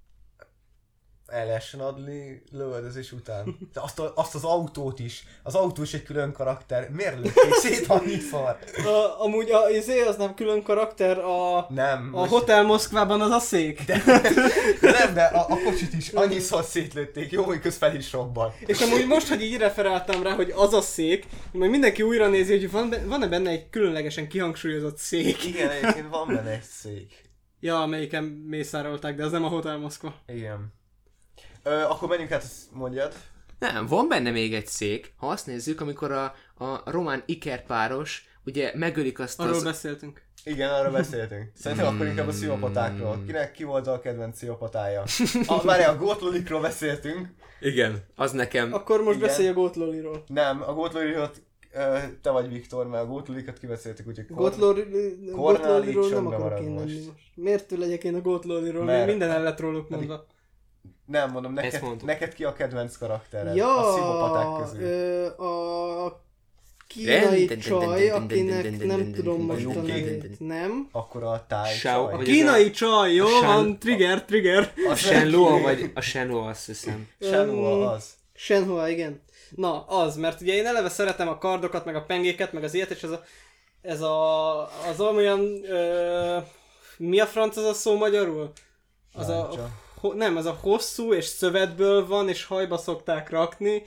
El lehessen adni lövöldözés után. De azt, a, azt az autót is. Az autó is egy külön karakter. Miért lőtték szét annyiszor? A, amúgy a, izé az nem külön karakter, a, Nem. a most- Hotel Moszkvában az a szék. De, de nem, de a, a kocsit is annyiszor szétlőtték. Jó, hogy közben is robban. És amúgy most, hogy így referáltam rá, hogy az a szék, majd mindenki újra nézi, hogy van, be- van-e benne egy különlegesen kihangsúlyozott szék. Igen, egyébként van benne egy szék. Ja, amelyiken mészárolták, de az nem a Hotel Moszkva. Igen. Ö, akkor menjünk hát, azt mondjad. Nem, van benne még egy szék, ha azt nézzük, amikor a, a román ikerpáros ugye megölik azt Arról az... beszéltünk. Igen, arra beszéltünk. Szerintem akkor inkább a sziopatákról. Kinek ki volt a kedvenc sziopatája? A, várj, a gótlolikról beszéltünk. Igen, az nekem... Akkor most Igen. beszélj a Gótloliról. Nem, a gótlolikot te vagy Viktor, mert a gótlolikat kibeszéltük, úgyhogy... kor- Gótloliról Kornál így nem csöndbe akarok marad én most. lenni most. Miért legyek én a Gótloliról? Mert- Mert... Minden el lett róluk mondva. Nem, mondom, Ezt neked, mondtuk. neked ki a kedvenc karaktered? Ja, A pszichopaták közül. ö, a kínai csaj, akinek nem tudom most a Yuki. nevét. Nem? Akkor a táj Shao- csaj. vagy- Kínai csaj, jó a Shen- van, trigger, trigger. A Shenlua vagy a Shenlua, azt hiszem. Shenhua az. Shenhua, igen. Na, az, mert ugye én eleve szeretem a kardokat, meg a pengéket, meg az ilyet, és ez a, ez a, az olyan, ö, mi a franc az a szó magyarul? Az a, Láncsa. ho, nem, az a hosszú, és szövetből van, és hajba szokták rakni.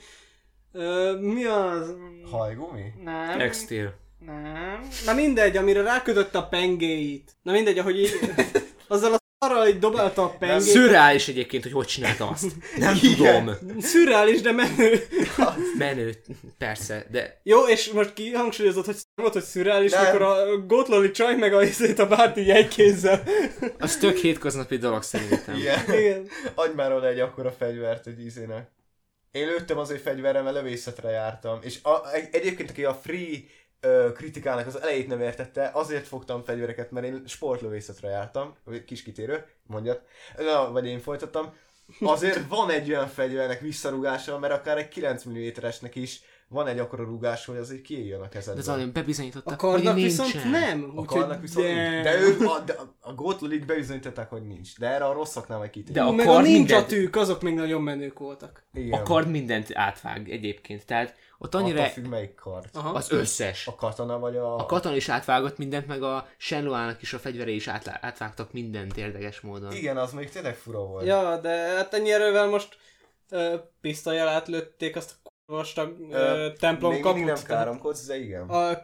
Ö, mi az? Hajgumi? Nem. Textil. Nem. Na mindegy, amire ráködött a pengéit. Na mindegy, ahogy így, azzal a szarral így dobálta a pengét. Szürreális egyébként, hogy hogy csinálta azt. Nem tudom. Szürreális, de menő. Menő, persze, de Jó, és most kihangsúlyozott, hogy szar volt, hogy szürreális, Nem. amikor a gótloli csaj meg a izét a bárt így egy kézzel. az tök hétköznapi dolog szerintem. Igen. Igen. Adj már oda egy akkora fegyvert, hogy ízének. Én lőttem az ő fegyverrel, mert lövészetre jártam. És a, egy, egyébként, aki a free ö, kritikának az elejét nem értette, azért fogtam fegyvereket, mert én sportlövészetre jártam. Kis kitérő, mondjad. Na, vagy én folytattam. Azért van egy olyan fegyvernek visszarúgása, mert akár egy kilenc milliméteresnek is van egy akkora rúgás, hogy azért kiéljön a De kezedben. az olyan bebizonyította, A karnak hogy viszont nincsen. nem. A Úgyhogy karnak viszont de... nincs. De ő, a, de a gótlolik bebizonyították, hogy nincs. De erre a rosszaknál majd kitér. De a Meg a kard ninja mindent- tűk, azok még nagyon menők voltak. Igen. A kard mindent átvág egyébként, tehát ott Annyira... annyira függ, melyik kard. Aha. az összes. A katana vagy a... A katona is átvágott mindent, meg a Shenluának is a fegyvere is átlá- átvágtak mindent érdekes módon. Igen, az még tényleg fura volt. Ja, de hát ennyi erővel most ö, pisztolyjal átlőtték azt a vastag Ö, ö, templom még kaput. mindig nem tehát káromkodsz, de igen. A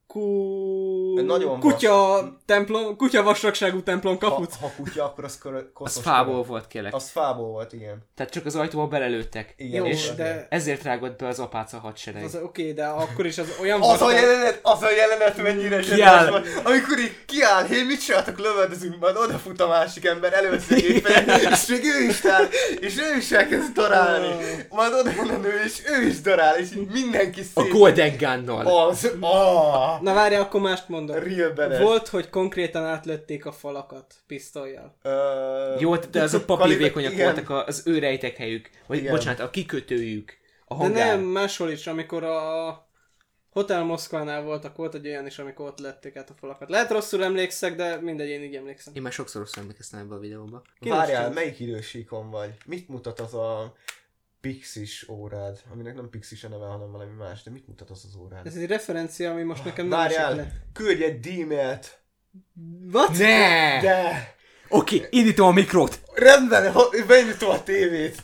Ku... Nagyon Kutya templom, kutya vastagságú templom kapuc. Ha, ha kutya, akkor az kör, koszos. Az fából körök. volt, kérlek. Az fából volt, igen. Tehát csak az ajtóba belelőttek. Igen, Jó, és de... ezért rágott be az apáca hadsereg. Az, oké, okay, de akkor is az olyan... Az a vastag- jelenet, az a jelenet mennyire zseniális volt, amikor így kiáll, hé, mit csináltak, lövöldözünk, majd odafut a másik ember, előveszi a gépet, és még ő is áll, és ő is elkezd darálni. Majd oda jön a nő, és ő is darál, és így mindenki A szép. Golden Gunnal. Az, ah, Na várjál, akkor mást mondom. real badass. Volt, hogy konkrétan átlőtték a falakat pisztollyal. Ö, Jó, de azok Kaliber- papírvékonyak igen. voltak a- az ő rejtekhelyük. Vagy Igen. bocsánat, a kikötőjük. A De hangár. nem, máshol is, amikor a Hotel Moszkvánál voltak, volt egy olyan is, amikor ott lették át a falakat. Lehet rosszul emlékszek, de mindegy, én így emlékszem. Én már sokszor rosszul emlékeztem ebbe a videóba. Várjál, Kínos melyik idősíkon vagy? Mit mutat az a Pixis órád? Aminek nem Pixis a neve, hanem valami más, de mit mutat az az órád? Ez egy referencia, ami most nekem nem Várjál, esik le. küldj egy D-mailt! What? Ne! De! Oké, okay, indítom a mikrot! Rendben, ha- benyitom a tévét!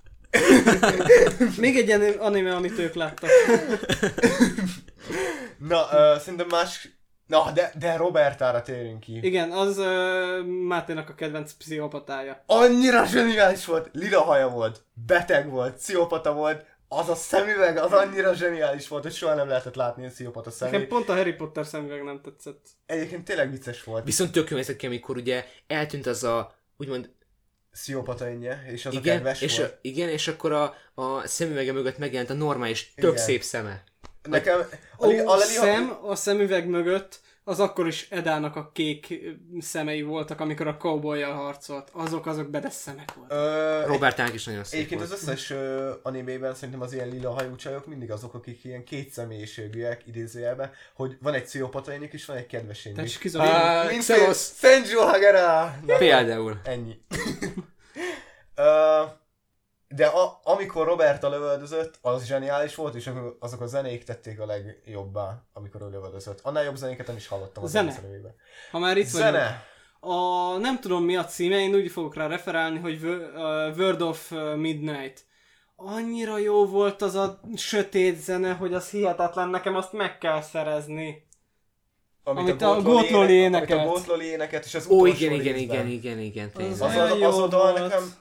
Még egy ilyen anime, amit ők láttak. Na, uh, szerintem más... Na, de, de Robertára térünk ki. Igen, az uh, Máténak a kedvenc pszichopatája. Annyira zseniális volt, lila haja volt, beteg volt, pszichopata volt, az a szemüveg, az annyira zseniális volt, hogy soha nem lehetett látni a pszichopata Nekem szemét. pont a Harry Potter szemüveg nem tetszett. Egyébként tényleg vicces volt. Viszont tök jó nézett ki, amikor ugye eltűnt az a, úgymond, Pszichopata innye, és az igen, a kedves és, volt. a, igen, és akkor a, a szemüvege mögött megjelent a normális, tök Igen. szép szeme. Nekem a, Ó, li, a, a li, szem a szemüveg mögött, az akkor is Edának a kék szemei voltak, amikor a cowboyjal harcolt. Azok, azok bedes szemek voltak. Ö, Robertának is nagyon szép Egyébként volt. az összes uh, animében szerintem az ilyen lila hajú csajok mindig azok, akik ilyen két személyiségűek idézőjelben, hogy van egy pszichopataényük és van egy kedveségük. Tehát skizofrén. Á, Mint Szevasz. Senju Hagera! Na, Például. ennyi. uh, de a, amikor Roberta lövöldözött, az zseniális volt, és azok a zenék tették a legjobbá, amikor ő lövöldözött. Annál jobb zenéket nem is hallottam az Zene. zenébe. Ha már itt vagyunk. Zene! A, nem tudom mi a címe, én úgy fogok rá referálni, hogy Wo- uh, Word of Midnight. Annyira jó volt az a sötét zene, hogy az hihetetlen, nekem azt meg kell szerezni. Amit a Goat Loli énekelt. Amit a Goat Loli énekelt, és az Ó, utolsó igen, igen, részben. igen, igen, igen, tényleg. Az, Olyan az, jó az a dal volt. nekem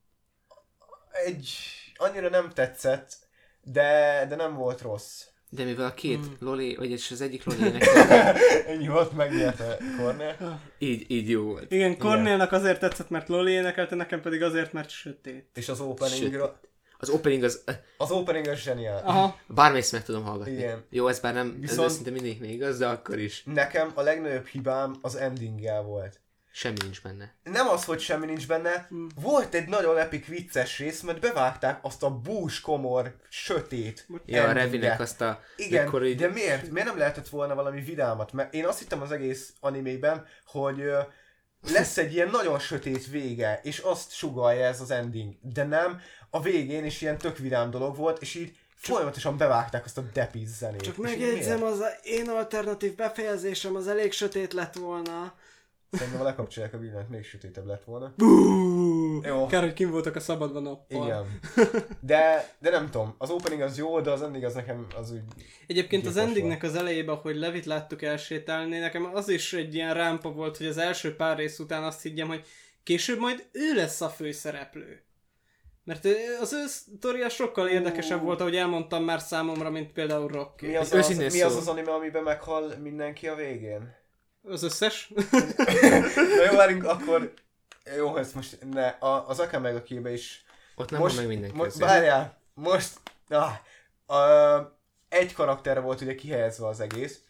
egy annyira nem tetszett, de, de nem volt rossz. De mivel a két Hmm. loli, vagyis az egyik loli énekel, Ennyi volt, megnyerte Cornél. így, így jó volt. Igen, Cornélnak azért tetszett, mert Loli énekelte, nekem pedig azért, mert sötét. És az opening, Az opening az, az opening az zseniál. Aha. bármelyik meg tudom hallgatni. Igen. Jó, ez bár nem, Viszont- ez szinte mindig még igaz, de akkor is. Nekem a legnagyobb hibám az endinggel volt. Semmi nincs benne. Nem az, hogy semmi nincs benne, volt egy nagyon epik vicces rész, mert bevágták azt a bús komor, sötét Ja, a endinget. Revinek azt a... Igen, mikor így- de miért? Miért nem lehetett volna valami vidámat? Mert én azt hittem az egész animében, hogy ö, lesz egy ilyen nagyon sötét vége, és azt sugallja ez az ending. De nem, a végén is ilyen tök vidám dolog volt, és így folyamatosan bevágták azt a depiz zenét. Csak És így megjegyzem, miért? az a én alternatív befejezésem az elég sötét lett volna. Szerintem, ha lekapcsolják a villanyt, még sötétebb lett volna. Bú, Jó. Kár, hogy kim voltak a szabadban nappal. Igen. De, de nem tudom, az opening az jó, de az ending az nekem az úgy... Egyébként az gyilkos endingnek az elejében, hogy Levit láttuk elsétálni, nekem az is egy ilyen rámpa volt, hogy az első pár rész után azt higgyem, hogy később majd ő lesz a főszereplő. Mert ő- az ő sztoria sokkal érdekesebb volt, ahogy elmondtam már számomra, mint például Rocky. Mi az, az, Őszintén mi az szó. az anime, amiben meghal mindenki a végén? Az összes? Na jó, várjunk, akkor... Jó, ezt most ne, a, az Akame ga Kill-be is... Ott nem most, van meg mindenki. mo- azért. Várjál, most... Ah, a, egy karakterre volt ugye kihelyezve az egész.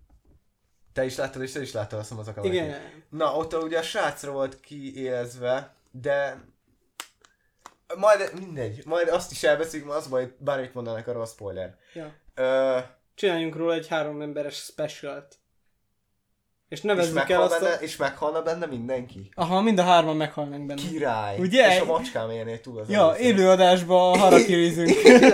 Te is láttad, és te is láttad azt hiszem az Akame ga Kill. Igen. Na, ott ugye a srácra volt kiélezve, de... Majd mindegy, majd azt is elbeszéljük, mert az baj, bármit mondanak, arra a spoiler. Ja. Ö, Csináljunk róla egy három emberes specialt. És és, nevezzük el meghal azt benne, a... és meghalna benne mindenki. Aha, mind a hárman meghalnánk benne. Király. Ugye? És a macskám élnél túl az Ja, egészet. élőadásban harakirizünk.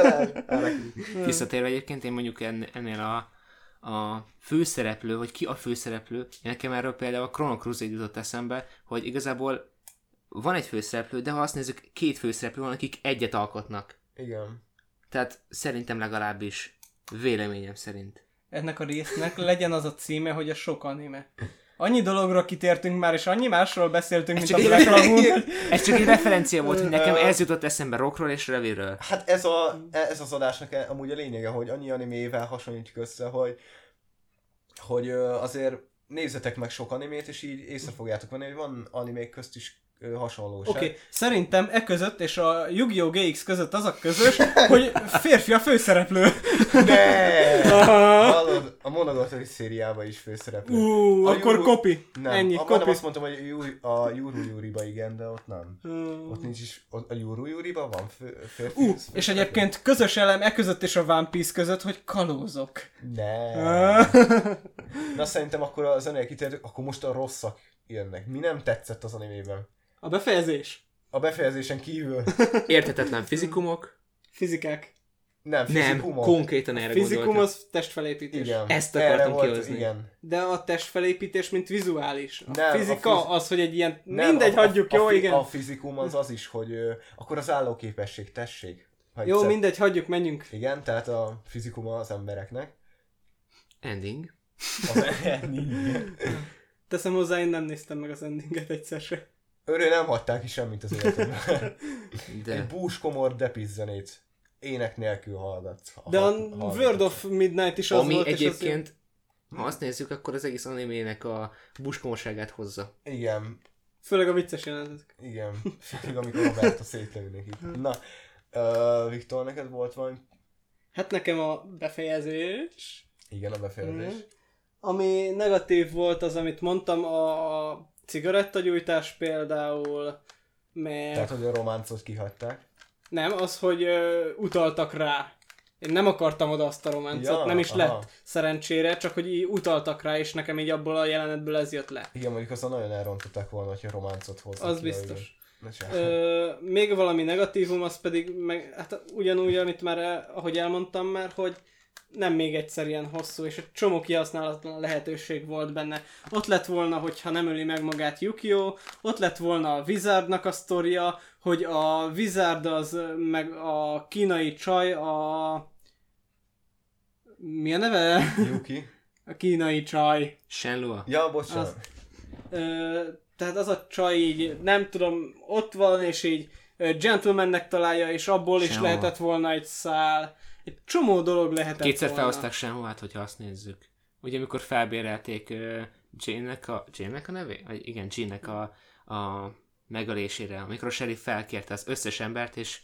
Visszatérve egyébként, én mondjuk en- ennél a, a főszereplő, hogy ki a főszereplő, én nekem erről például a Chrono Crusade jutott eszembe, hogy igazából van egy főszereplő, de ha azt nézzük, két főszereplő van, akik egyet alkotnak. Igen. Tehát szerintem legalábbis, véleményem szerint. ennek a résznek legyen az a címe, hogy a sok anime. Annyi dologra kitértünk már, és annyi másról beszéltünk, Ez mint csak, a egy, Black Lagoon. ez csak egy referencia volt, hogy nekem ez jutott eszembe Rockról és Reviről. Hát ez, a, ez az adásnak amúgy a lényege, hogy annyi animével hasonlítjuk össze, hogy, hogy azért nézzetek meg sok animét, és így észre fogjátok venni, hogy van animék közt is hasonlóság. Oké, okay. Szerintem e között és a Yu-Gi-Oh! gé iksz között az a közös, hogy férfi a főszereplő. Ne! Hallod, a Monogatari szériában is főszereplő. Ú, a akkor Yu... kopi. Nem, Ennyi, a, kopi. nem azt mondtam, hogy a Yuru Yuriba igen, de ott nem. Uh. Ott nincs is, a Yuru Yuriba van fő, férfi. Uh, és egyébként közös elem e között és a One Piece között, hogy kalózok. Ne. Na szerintem akkor az ennél kitértük, akkor most a rosszak jönnek. Mi nem tetszett az animében? A befejezés. A befejezésen kívül. Érthetetlen fizikumok. Fizikák. Nem, fizikumok. Nem, konkrétan erre Fizikum gondoltam. az testfelépítés. Igen. Ezt Erre akartam volt, kihozni. Igen. De a testfelépítés, mint vizuális. A Nem, fizika a fiz... az, hogy egy ilyen... Nem, mindegy, a, hagyjuk, a, jó, a, igen. A fizikum az az is, hogy ö, akkor az állóképesség, tessék. Jó, egyszer. mindegy, hagyjuk, menjünk. Igen, tehát a fizikum az embereknek. Ending. Az ending. Teszem hozzá, én nem néztem meg az endinget egyszer se. Őről nem hagyták ki semmit az életemben. De... Egy búskomor depizzenét ének nélkül hallgat. De a World of Midnight is az Ami volt, egyébként, és ha azt nézzük, akkor az egész animének a buskomorságát hozza. Igen, főleg a vicces jelenetek. igen. Főleg amikor Roberta szétlövő neki. Na, uh, Viktor, neked volt valami? Hát nekem a befejezés. Igen, a befejezés. Mm. Ami negatív volt az, amit mondtam, a cigarettagyújtás például, mert... Tehát, hogy a románcot kihagyták. Nem, az, hogy ö, utaltak rá. Én nem akartam oda azt a románcot, Ja, nem is aha. lett szerencsére, csak hogy így utaltak rá, és nekem így abból a jelenetből ez jött le. Igen, mondjuk azon nagyon elrontották volna, hogyha románcot hozzák. Az ki biztos. belőle. Ö, még valami negatívum, az pedig, meg, hát ugyanúgy, amit már, el, ahogy elmondtam már, hogy nem még egyszer ilyen hosszú, és egy csomó kihasználatlan lehetőség volt benne. Ott lett volna, hogyha nem öli meg magát Yukio, ott lett volna a Wizardnak a sztoria, hogy a Wizard az, meg a kínai csaj, a... Mi a neve? Yuki. A kínai csaj. Shenlua. Ja, bocsánat. Az- Ö, tehát az a csaj így, nem tudom, ott van, és így ö, gentlemannek találja, és abból is Sehova. lehetett volna egy szál. Egy csomó dolog lehetett Kétszer volna. felhozták Shenhuát, hogyha azt nézzük. Ugye amikor felbérelték uh, Jane-nek a... Jane-nek a nevé? Vagy igen, Jane-nek a, a megölésére, amikor a sheriff felkérte az összes embert, és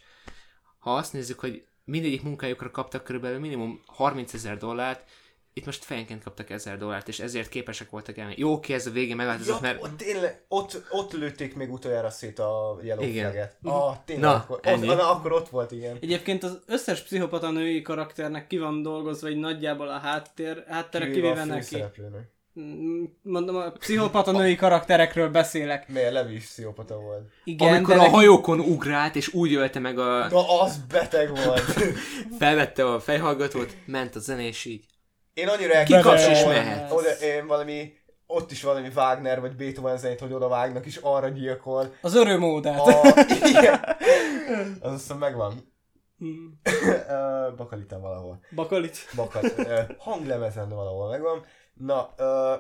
ha azt nézzük, hogy mindegyik munkájukra kaptak körülbelül minimum harmincezer dollárt, itt most fejenként kaptak ezer dollárt, és ezért képesek voltak elmenni. Jó, ki ez a végén megváltozott, Ja, mert... ott, tényleg, ott, ott lőtték még utoljára szét a Yellow Igen. Flag-et. Ah, tényleg, Na, akkor, ott, ennyi. na, akkor ott volt, igen. Egyébként az összes pszichopata női karakternek ki van dolgozva egy nagyjából a háttér, háttere Kivéve kivéve a neki. főszereplőnek. Mm, Mondom, a pszichopata női karakterekről beszélek. Miért Levi is pszichopata volt? Igen, Amikor de a neki- hajókon ugrált, és úgy ölte meg a... Na, az beteg volt. Felvette a fejhallgatót, ment a zene, és így. Én annyira Kikaps elképzelem, is hogy mehet. Oda, én valami, ott is valami Wagner vagy Beethoven zenét, hogy oda vágnak és arra gyilkol. Az örömódát. A, igen. Az azt hiszem megvan. Mm. Ö, Bakalitán valahol. Bakalit. Bakat. Ö, Hanglemezen valahol megvan. Na, ö,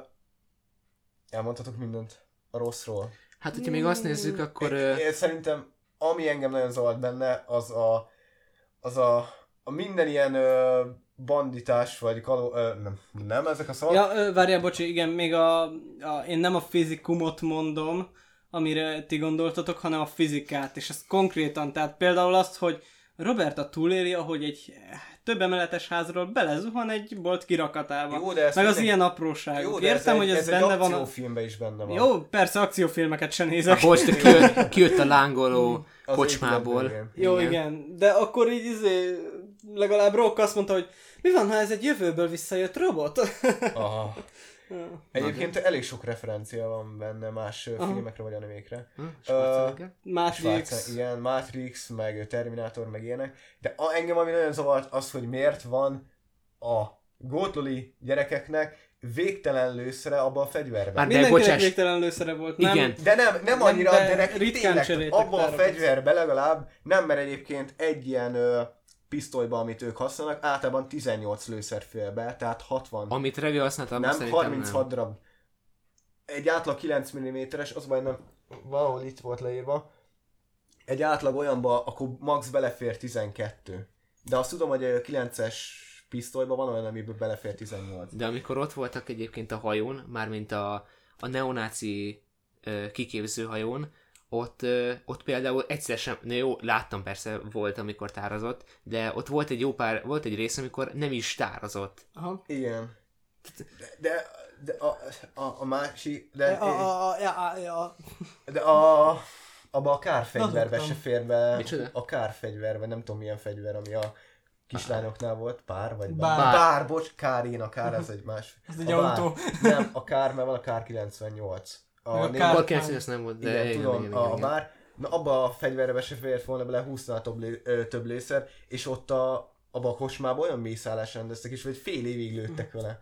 elmondhatok mindent a rosszról. Hát, hogyha még azt nézzük, akkor... Én, ö, én szerintem, ami engem nagyon zavart benne, az a, az a, a minden ilyen ö, banditás, vagy kaló... Ö, nem, nem ezek a szavak? Ja, ö, várjál, bocsi, igen, még a, a... Én nem a fizikumot mondom, amire ti gondoltatok, hanem a fizikát, és ez konkrétan, tehát például azt, hogy Roberta túléli, ahogy egy több emeletes házról belezuhan egy bolt kirakatába. Jó, de ez meg az mindenki- ilyen apróságok. Jó, de Értem, ez hogy egy, ez, ez benne egy van. A... akciófilmben is benne van. Jó, persze, akciófilmeket sem nézek. Bocs, de kijött, kijött a lángoló Az kocsmából. épületből, Jó, igen. igen. De akkor így izé, legalább Rock azt mondta, hogy mi van, ha ez egy jövőből visszajött robot? Aha. Egyébként elég sok referencia van benne más ö, Aha. filmekre vagy animékre. Hm? Schwarzenegger? Matrix. Schwarzen- igen, Matrix, meg Terminator, meg ilyenek. De a, engem ami nagyon zavart az, hogy miért van a gótloli gyerekeknek végtelen lőszere abban a fegyverben. Már- De Mindenkinek bocsáss. végtelen lőszere volt, nem? Igen. De nem, nem annyira, de de, de neki ritkán tényleg cseréltek abban a párokat. fegyverben legalább nem, mert egyébként egy ilyen ö, pisztolyba, amit ők használnak, általában tizennyolc lőszer fél be, tehát hatvan. Amit Revi használtam, nem, harminchat darab. Egy átlag kilenc milliméteres, az baj nem, valahol itt volt leírva. Egy átlag olyanba, akkor max belefér tizenkettő. De azt tudom, hogy a kilences pisztolyban van olyan, amiből belefér tizennyolc. De amikor ott voltak egyébként a hajón, mármint a, a neonáci ö, kiképző hajón, ott, ö, ott például egyszer sem, na jó, láttam persze, volt, amikor tározott, de ott volt egy jó pár, volt egy rész, amikor nem is tározott. Aha. Igen. De, de, de a, a, a másik, de, A, a, a, a, a, de a, abba a kárfegyverbe Azoktam. se fér be, Micsoda? a kárfegyverbe, nem tudom milyen fegyver, ami a kislányoknál volt, pár vagy Bár. bár. Bár, bocs, kárin, a kár, ez egy más. Ez egy A bár. autó. Nem, a kár, mert van a kár kilencvennyolc. Meg a négy- kár- Akkor kilencvennyolc nem volt, de igen, igen, tudom, igen, igen, a, igen. a bár. Na abba a fegyverbe se fért volna bele húsznál több, lé, ö, több lőszer, és ott a, abba a kocsmában olyan mészállás rendeztek is, hogy fél évig lőttek vele.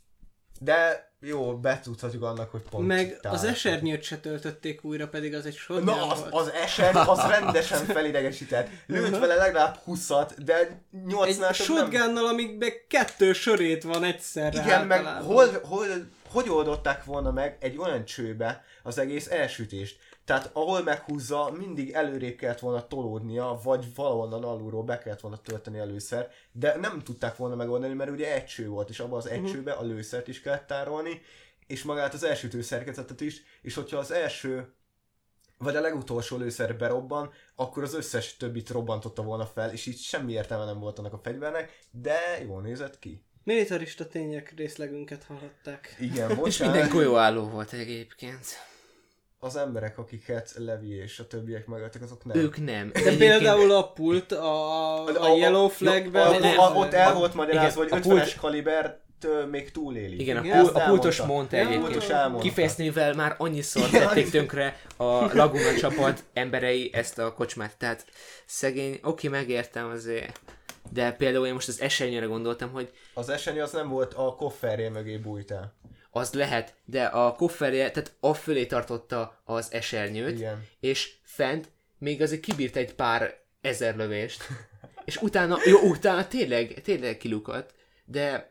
De jó, betudhatjuk annak, hogy pont Meg társ. az esernyőt se töltötték újra, pedig az egy shotgun Na, az, volt. az eser, az rendesen felidegesített. Lőtt vele legalább húszat, de nyolcnál Egy több nem. shotgunnal, amikben kettő sörét van egyszerre. Igen, meg általában. hol, hol, hogy oldották volna meg egy olyan csőbe az egész elsütést? Tehát ahol meghúzza, mindig előrébb kellett volna tolódnia, vagy valahonnan alulról be kellett volna tölteni a lőszer, de nem tudták volna megoldani, mert ugye egy cső volt, és abban az egy csőbe a lőszert is kellett tárolni, és magát az elsütő szerkezetet is, és hogyha az első vagy a legutolsó lőszer berobban, akkor az összes többit robbantotta volna fel, és így semmi értelme nem volt annak a fegyvernek, de jól nézett ki. Militarista tények részlegünket hallották. Igen, És bocsánat. minden golyóálló volt egyébként. Az emberek, akiket Levi és a többiek megöltek, azok nem. Ők nem. De például a pult a, a Yellow Flagben... a, nem, a, a, ott el volt magyarázva, igen, hogy a pult- ötvenes kalibert még túléli. Igen, a, Igen, pul- ezt a pultos elmondta. mondta Ja, egyébként. pultos elmondta. Kifejezni, mivel már annyiszor Igen, tették az- tönkre a Laguna csapat emberei ezt a kocsmát. Tehát szegény, oké, megértem azért. De például én most az esernyőre gondoltam, hogy Az esernyő az nem volt, a kofferje mögé bújt el. az lehet, de a kofferje, tehát a fölé tartotta az esernyőt, Igen. és fent még azért kibírt egy pár ezer lövést. És utána, jó, utána tényleg, tényleg kilukadt, de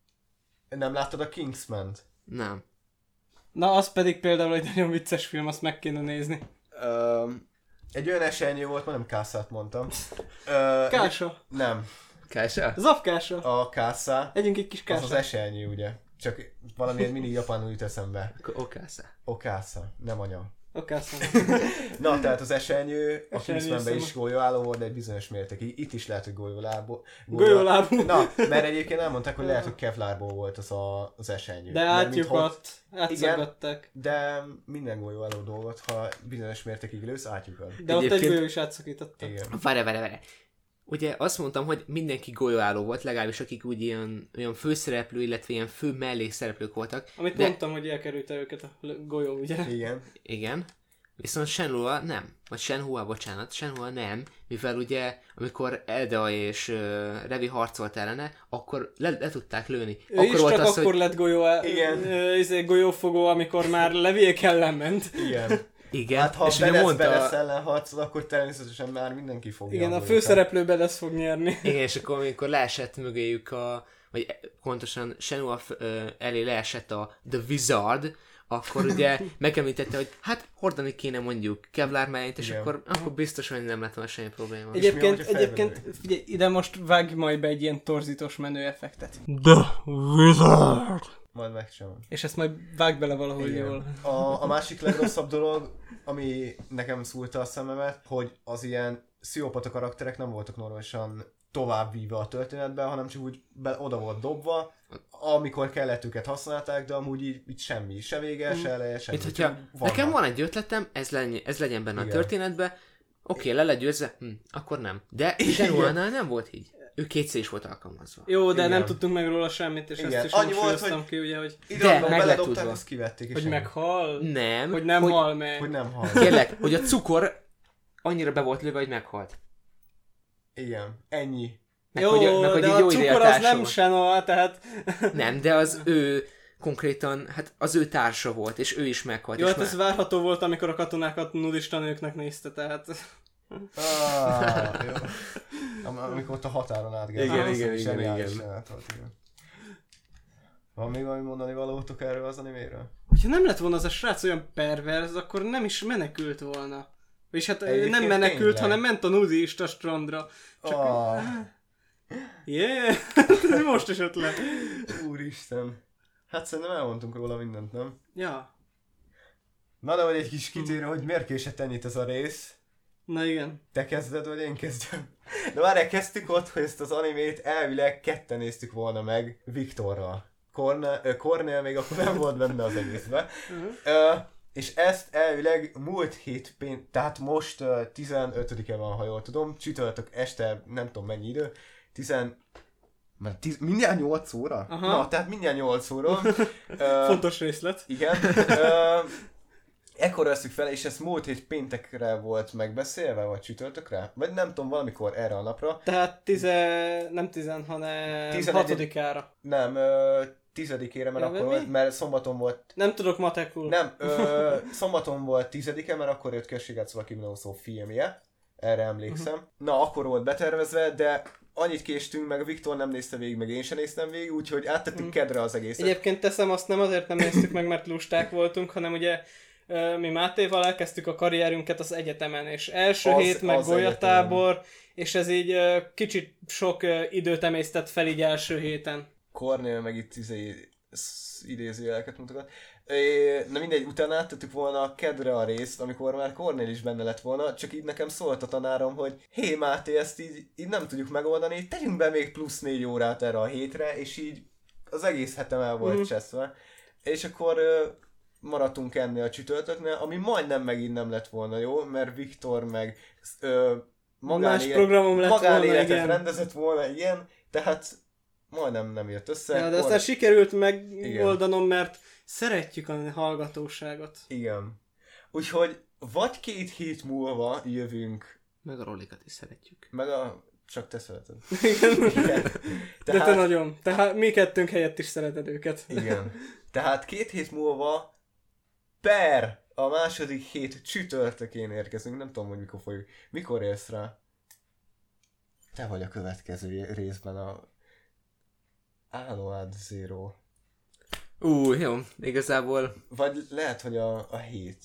Nem láttad a Kingsman-t? nem. Na, az pedig például egy nagyon vicces film, azt meg kéne nézni. Um, egy olyan esernyő volt, ma nem kászát mondtam. Uh, Kása. Nem, Kása? Zapkása. a kászá, Együnk egy kis az az kása. esernyő, ugye? Csak valamiért mindig japánul jut eszembe. Okásza. Okásza, nem anya. Okása. Na, tehát az esernyő a Esernyő Kingsmanben is szem. golyóálló volt, de egy bizonyos mértékig. Itt is lehet, hogy golyólábú. Golyólábú. Na, mert egyébként elmondták, hogy lehet, hogy kevlárból volt az a, az esernyő. De Mert mintha ott- átjukat. Átszaggatták. De minden golyóálló dolgot, ha bizonyos mértékig lősz, átjukad. De ott egy Egyébként- golyó is átszakította. Igen. Várj, várj, várj. Ugye azt mondtam, hogy mindenki golyóálló volt, legalábbis akik úgy ilyen, olyan főszereplő, illetve ilyen fő mellékszereplők voltak. Amit De- mondtam, hogy elkerülte őket a l- golyó, ugye? Igen. Igen. Viszont Shenhua nem. Vagy Shenhua, bocsánat. Shenhua nem, mivel ugye, amikor Elda és uh, Revi harcolt ellene, akkor le, le tudták lőni. Ő akkor is volt csak az, akkor hogy... lett golyó, Igen. izé, golyófogó, amikor már Leviék ellen ment. Igen. Igen, Hát ha és ugye Benes, mondta... Benes ellen harcol, akkor természetesen már mindenki fogja. Igen, a golyókat. főszereplőben lesz fog nyerni. Igen, és akkor amikor leesett mögéjük a... Vagy pontosan Shenhua ö, elé leesett a The Wizard, akkor ugye megemlítette, hogy hát hordani kéne mondjuk Kevlar mellényt, és Igen. akkor, akkor biztos, hogy nem lett volna semmi probléma. Egy- Egyébként, mi, hogyha egyébként felvenő? figyelj, ide most vágj majd be egy ilyen torzítós menő effektet. The Wizard! Majd megcsinálom. És ezt majd vágj bele valahogy Igen. jól. A, a másik legrosszabb dolog, ami nekem szúrta a szememet, hogy az ilyen pszichopata karakterek nem voltak normálisan továbbvíve a történetben, hanem csak úgy be, oda volt dobva, amikor kellett őket használták, de amúgy így, így semmi, se vége, se eleje, semmi. Mint hogyha Vannak. nekem van egy ötletem, ez, lenj, ez legyen benne Igen. a történetben, oké, le legyőzve, hm, akkor nem. De Shenhuánál nem volt így. Ő kétszer is volt alkalmazva. Jó, de Igen. nem tudtunk meg róla semmit, és Igen. ezt is Annyi volt, hangsúlyoztam hogy- ki, ugye, hogy, Ide De, abban meg lett beledobták, tudva. azt kivették, és hogy semmi. meghal, Nem. hogy nem hogy, hal meg. Hogy nem hal. Kérlek, hogy a cukor annyira be volt lőve, hogy meghalt. Igen, ennyi. Meg, Jó, hogy, meg, hogy de így a jó cukor ideje az társa nem volt. Shenhua, tehát... Nem, de az ő konkrétan, hát az ő társa volt, és ő is meghalt. Jó, és hát ez várható volt, amikor a katonákat nudista nőknek nézte, tehát... Ah, jó. A, amikor ott a határon átgázol. Igen, igen, igen, igen. Van még valami mondani valótok erről az animéről? Hogyha nem lett volna az a srác olyan perverz, akkor nem is menekült volna. És hát Egyébként nem menekült, tényleg. hanem ment a nudista strandra. Csak... Oh. Yeah! Most esett le. Úristen. Hát szerintem elmondtunk róla mindent, nem? Ja. Na de vagy egy kis kitérő, hogy miért késett ennyit ez a rész. Na igen. Te kezded, vagy én kezdem? De már kezdtük ott, hogy ezt az animét elvileg ketten néztük volna meg Viktorral. Cornel, Cornel még akkor nem volt benne az egészben. Uh-huh. Uh, és ezt elvileg múlt hét pént, tehát most uh, tizenötödike van, ha jól tudom, csütörtök este, nem tudom mennyi idő, tizen... Mert tiz... mindjárt nyolc óra? Aha. Na, tehát mindjárt nyolc óra. uh, Fontos részlet. Igen. Uh, ekkor veszük fel, és ez múlt hét péntekre volt megbeszélve, vagy csütörtökre? Vagy nem tudom, valamikor erre a napra. Tehát tize... nem tizen, hanem tizenegy... hatodikára. Nem, ö, tizedikére, mert Ja, akkor mi? volt, mert szombaton volt... Nem tudok matekul. Nem, ö, szombaton volt tizedike, mert akkor jött ki a Shigatsu wa Kimi no Uso filmje. Erre emlékszem. Uh-huh. Na, akkor volt betervezve, de annyit késtünk, meg Viktor nem nézte végig, meg én sem néztem végig, úgyhogy áttettük uh-huh. kedre az egészet. Egyébként teszem, azt nem azért nem néztük meg, mert lusták voltunk, hanem ugye mi Mátéval elkezdtük a karrierünket az egyetemen, és első Az- hét meg az golyatábor, és ez így kicsit sok időt emésztett fel így első héten. Cornél meg itt izé, sz- idézőjeleket mutogat. É, na mindegy, utána áttettük volna a kedre a részt, amikor már Cornél is benne lett volna, csak így nekem szólt a tanárom, hogy hé Máté, ezt így, így nem tudjuk megoldani, tegyünk be még plusz négy órát erre a hétre, és így az egész hetem el volt Mhm. cseszve. És akkor ö, maradtunk ennél a csütörtöknél, ami majdnem megint nem lett volna jó, mert Viktor meg ö, Más programom lett volna, magánéletet igen. rendezett volna, igen, tehát majdnem nem jött össze. Ja, de Cor- aztán sikerült megoldanom, mert szeretjük a hallgatóságot. Igen. Úgyhogy vagy két hét múlva jövünk, Meg a rollikat is szeretjük. meg a... Csak te szereted. Igen. Igen. De te nagyon. Tehát mi kettőnk helyett is szereted őket. Igen. Tehát két hét múlva per a második hét csütörtökén érkezünk. Nem tudom, hogy mikor fogjuk. Mikor élsz rá? Te vagy a következő részben a Anoad Zero. Ú, jó, igazából Vagy lehet, hogy a, a hét.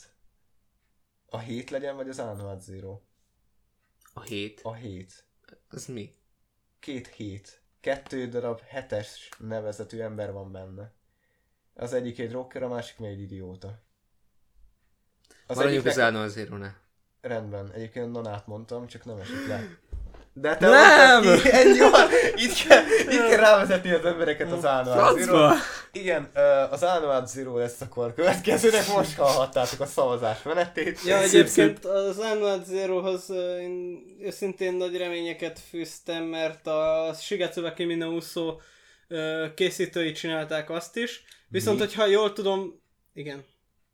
A hét legyen, vagy az Anoad Zero? a hét, A hét. az mi? Két hét. Kettő darab hetes nevezetű ember van benne. Az egyik egy rocker, a másik meg egy idióta. Az Maradjunk az egyiknek... állna azért, ne. Rendben, egyébként Nanát mondtam, csak nem esik le. De te Nem! mondtad ki, ennyi van! Itt kell, itt kell rávezetni az embereket az Anoad Zero. Francba! Igen, ö, az Anoad Zero lesz akkor a következőnek, most hallhattátok a szavazás menetét. Ja, Szép, egyébként az Anoad Zerohoz ö, én őszintén nagy reményeket fűztem, mert a Shigatsu wa Kimi no Uso ö, készítői csinálták azt is. Viszont, Mi? hogyha jól tudom... Igen.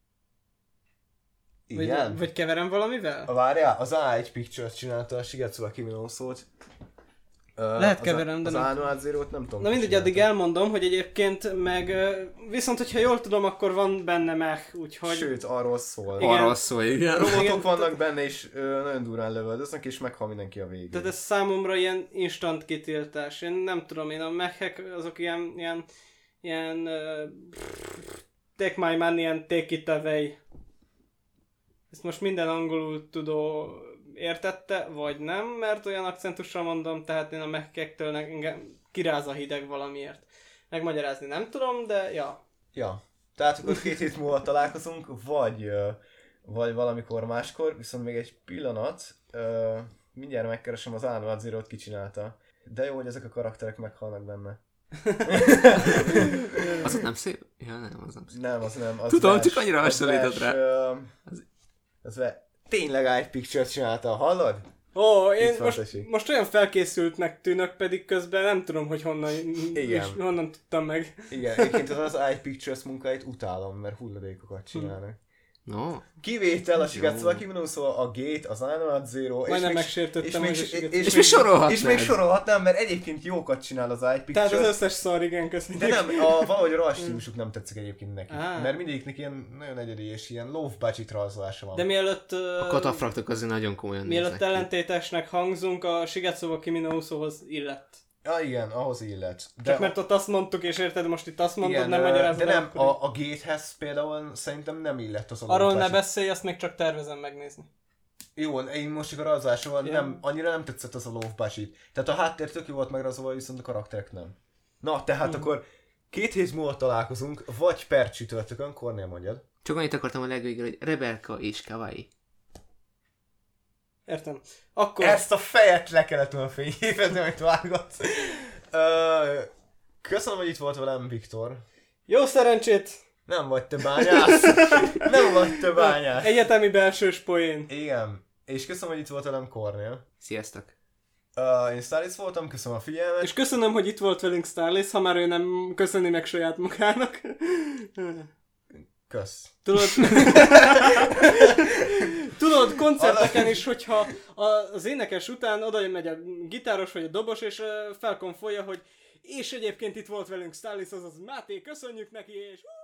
Igen. Vagy, vagy keverem valamivel? Várjál, az á egy Pictures csinálta a Shigatsu wa Kimi no Uso-t. Ö, Lehet az keverem, de az nem Anoad Zero-t nem tudom. Na ki mindegy, csinálta. addig elmondom, hogy egyébként meg... ö, Viszont, hogyha jól tudom, akkor van benne mech, úgyhogy... Sőt, arról szól. Igen. Arról szól, igen. Robotok Igen, vannak benne, és ö, nagyon durán lövöldöznek, és meghal mindenki a végén. Tehát ez számomra ilyen instant kitiltás. Én nem tudom, én a mechek azok ilyen... ilyen, ilyen uh, take my money and take it away. Ezt most minden angolul tudó értette, vagy nem, mert olyan akcentussal mondom, tehát én a mechektől engem kiráz a hideg valamiért. Megmagyarázni nem tudom, de ja. Ja, tehát akkor két hét múlva találkozunk, vagy, ö, vagy valamikor máskor, viszont még egy pillanat, ö, mindjárt megkeresem az Anoad Zero-t, ki csinálta. De jó, hogy ezek a karakterek meghalnak benne. Az ott nem szép? Ja, nem, az nem szép. Nem, az nem. Az Tudom, vers, csak annyira az hasonlított vers, rá. ö, Az ve... Tényleg i Pictures csinálta, hallod? Ó, én Itt van, most, tessék. most olyan felkészültnek tűnök, pedig közben nem tudom, hogy honnan, Igen. és honnan tudtam meg. Igen, egyébként az, az i Pictures munkáit utálom, mert hulladékokat csinálnak. No. Kivétel a Shigatsu wa Kimi no Uso, a Gate, az Anohad Zero, és Majdnem még, megsértettem, és hogy még, a Shigatsu- és, És még sorolhatnád. És még sorolhatnám, mert egyébként jókat csinál az iPicture. Tehát az összes szar, igen, köszönjük. De nem, a, valahogy a rajzstílusuk nem tetszik egyébként neki. Á. Mert mindegyiknek ilyen nagyon egyedi és ilyen low budget rajzolása van. De mielőtt... A katafraktok azért nagyon komolyan Mielőtt néznek ki. ellentétesnek hangzunk, a Shigatsu wa Kimi no Usohoz illett. Ja igen, ahhoz illet. De Csak mert ott azt mondtuk, és érted, most itt azt mondod, igen, nem ö, magyarázod. de nem, akkor a, a Gatehez például szerintem nem illett az a low Arról ne budget. beszélj, azt még csak tervezem megnézni. Jó, én most csak a rajzolásával Igen. nem, annyira nem tetszett az a low budget. Tehát a háttér tök jó volt megrajzolva, viszont a karakterek nem. Na, tehát Hmm. akkor két hét múlva találkozunk, vagy per csütörtökön, Kornél mondjad. Csak annyit akartam a legvégül, hogy Rebelka és Kawaii. Értem. Akkor... Ezt a fejet le kellett volna fényépezni, amit vágott. Ö, Köszönöm, hogy itt volt velem, Viktor. Jó szerencsét! Nem vagy te bányász. Nem vagy te bányász. Egyetemi belsős poén. Igen. És köszönöm, hogy itt volt velem, Kornél. Sziasztok! Uh, én Stalis voltam, köszönöm a figyelmet. És köszönöm, hogy itt volt velünk Starlis, ha már ő nem köszöni meg saját magának. Kösz. Tudod, Tudod, koncerteken is, hogyha az énekes után oda megy a gitáros vagy a dobos, és felkonfolja, hogy és egyébként itt volt velünk Starlis, azaz Máté, köszönjük neki, és...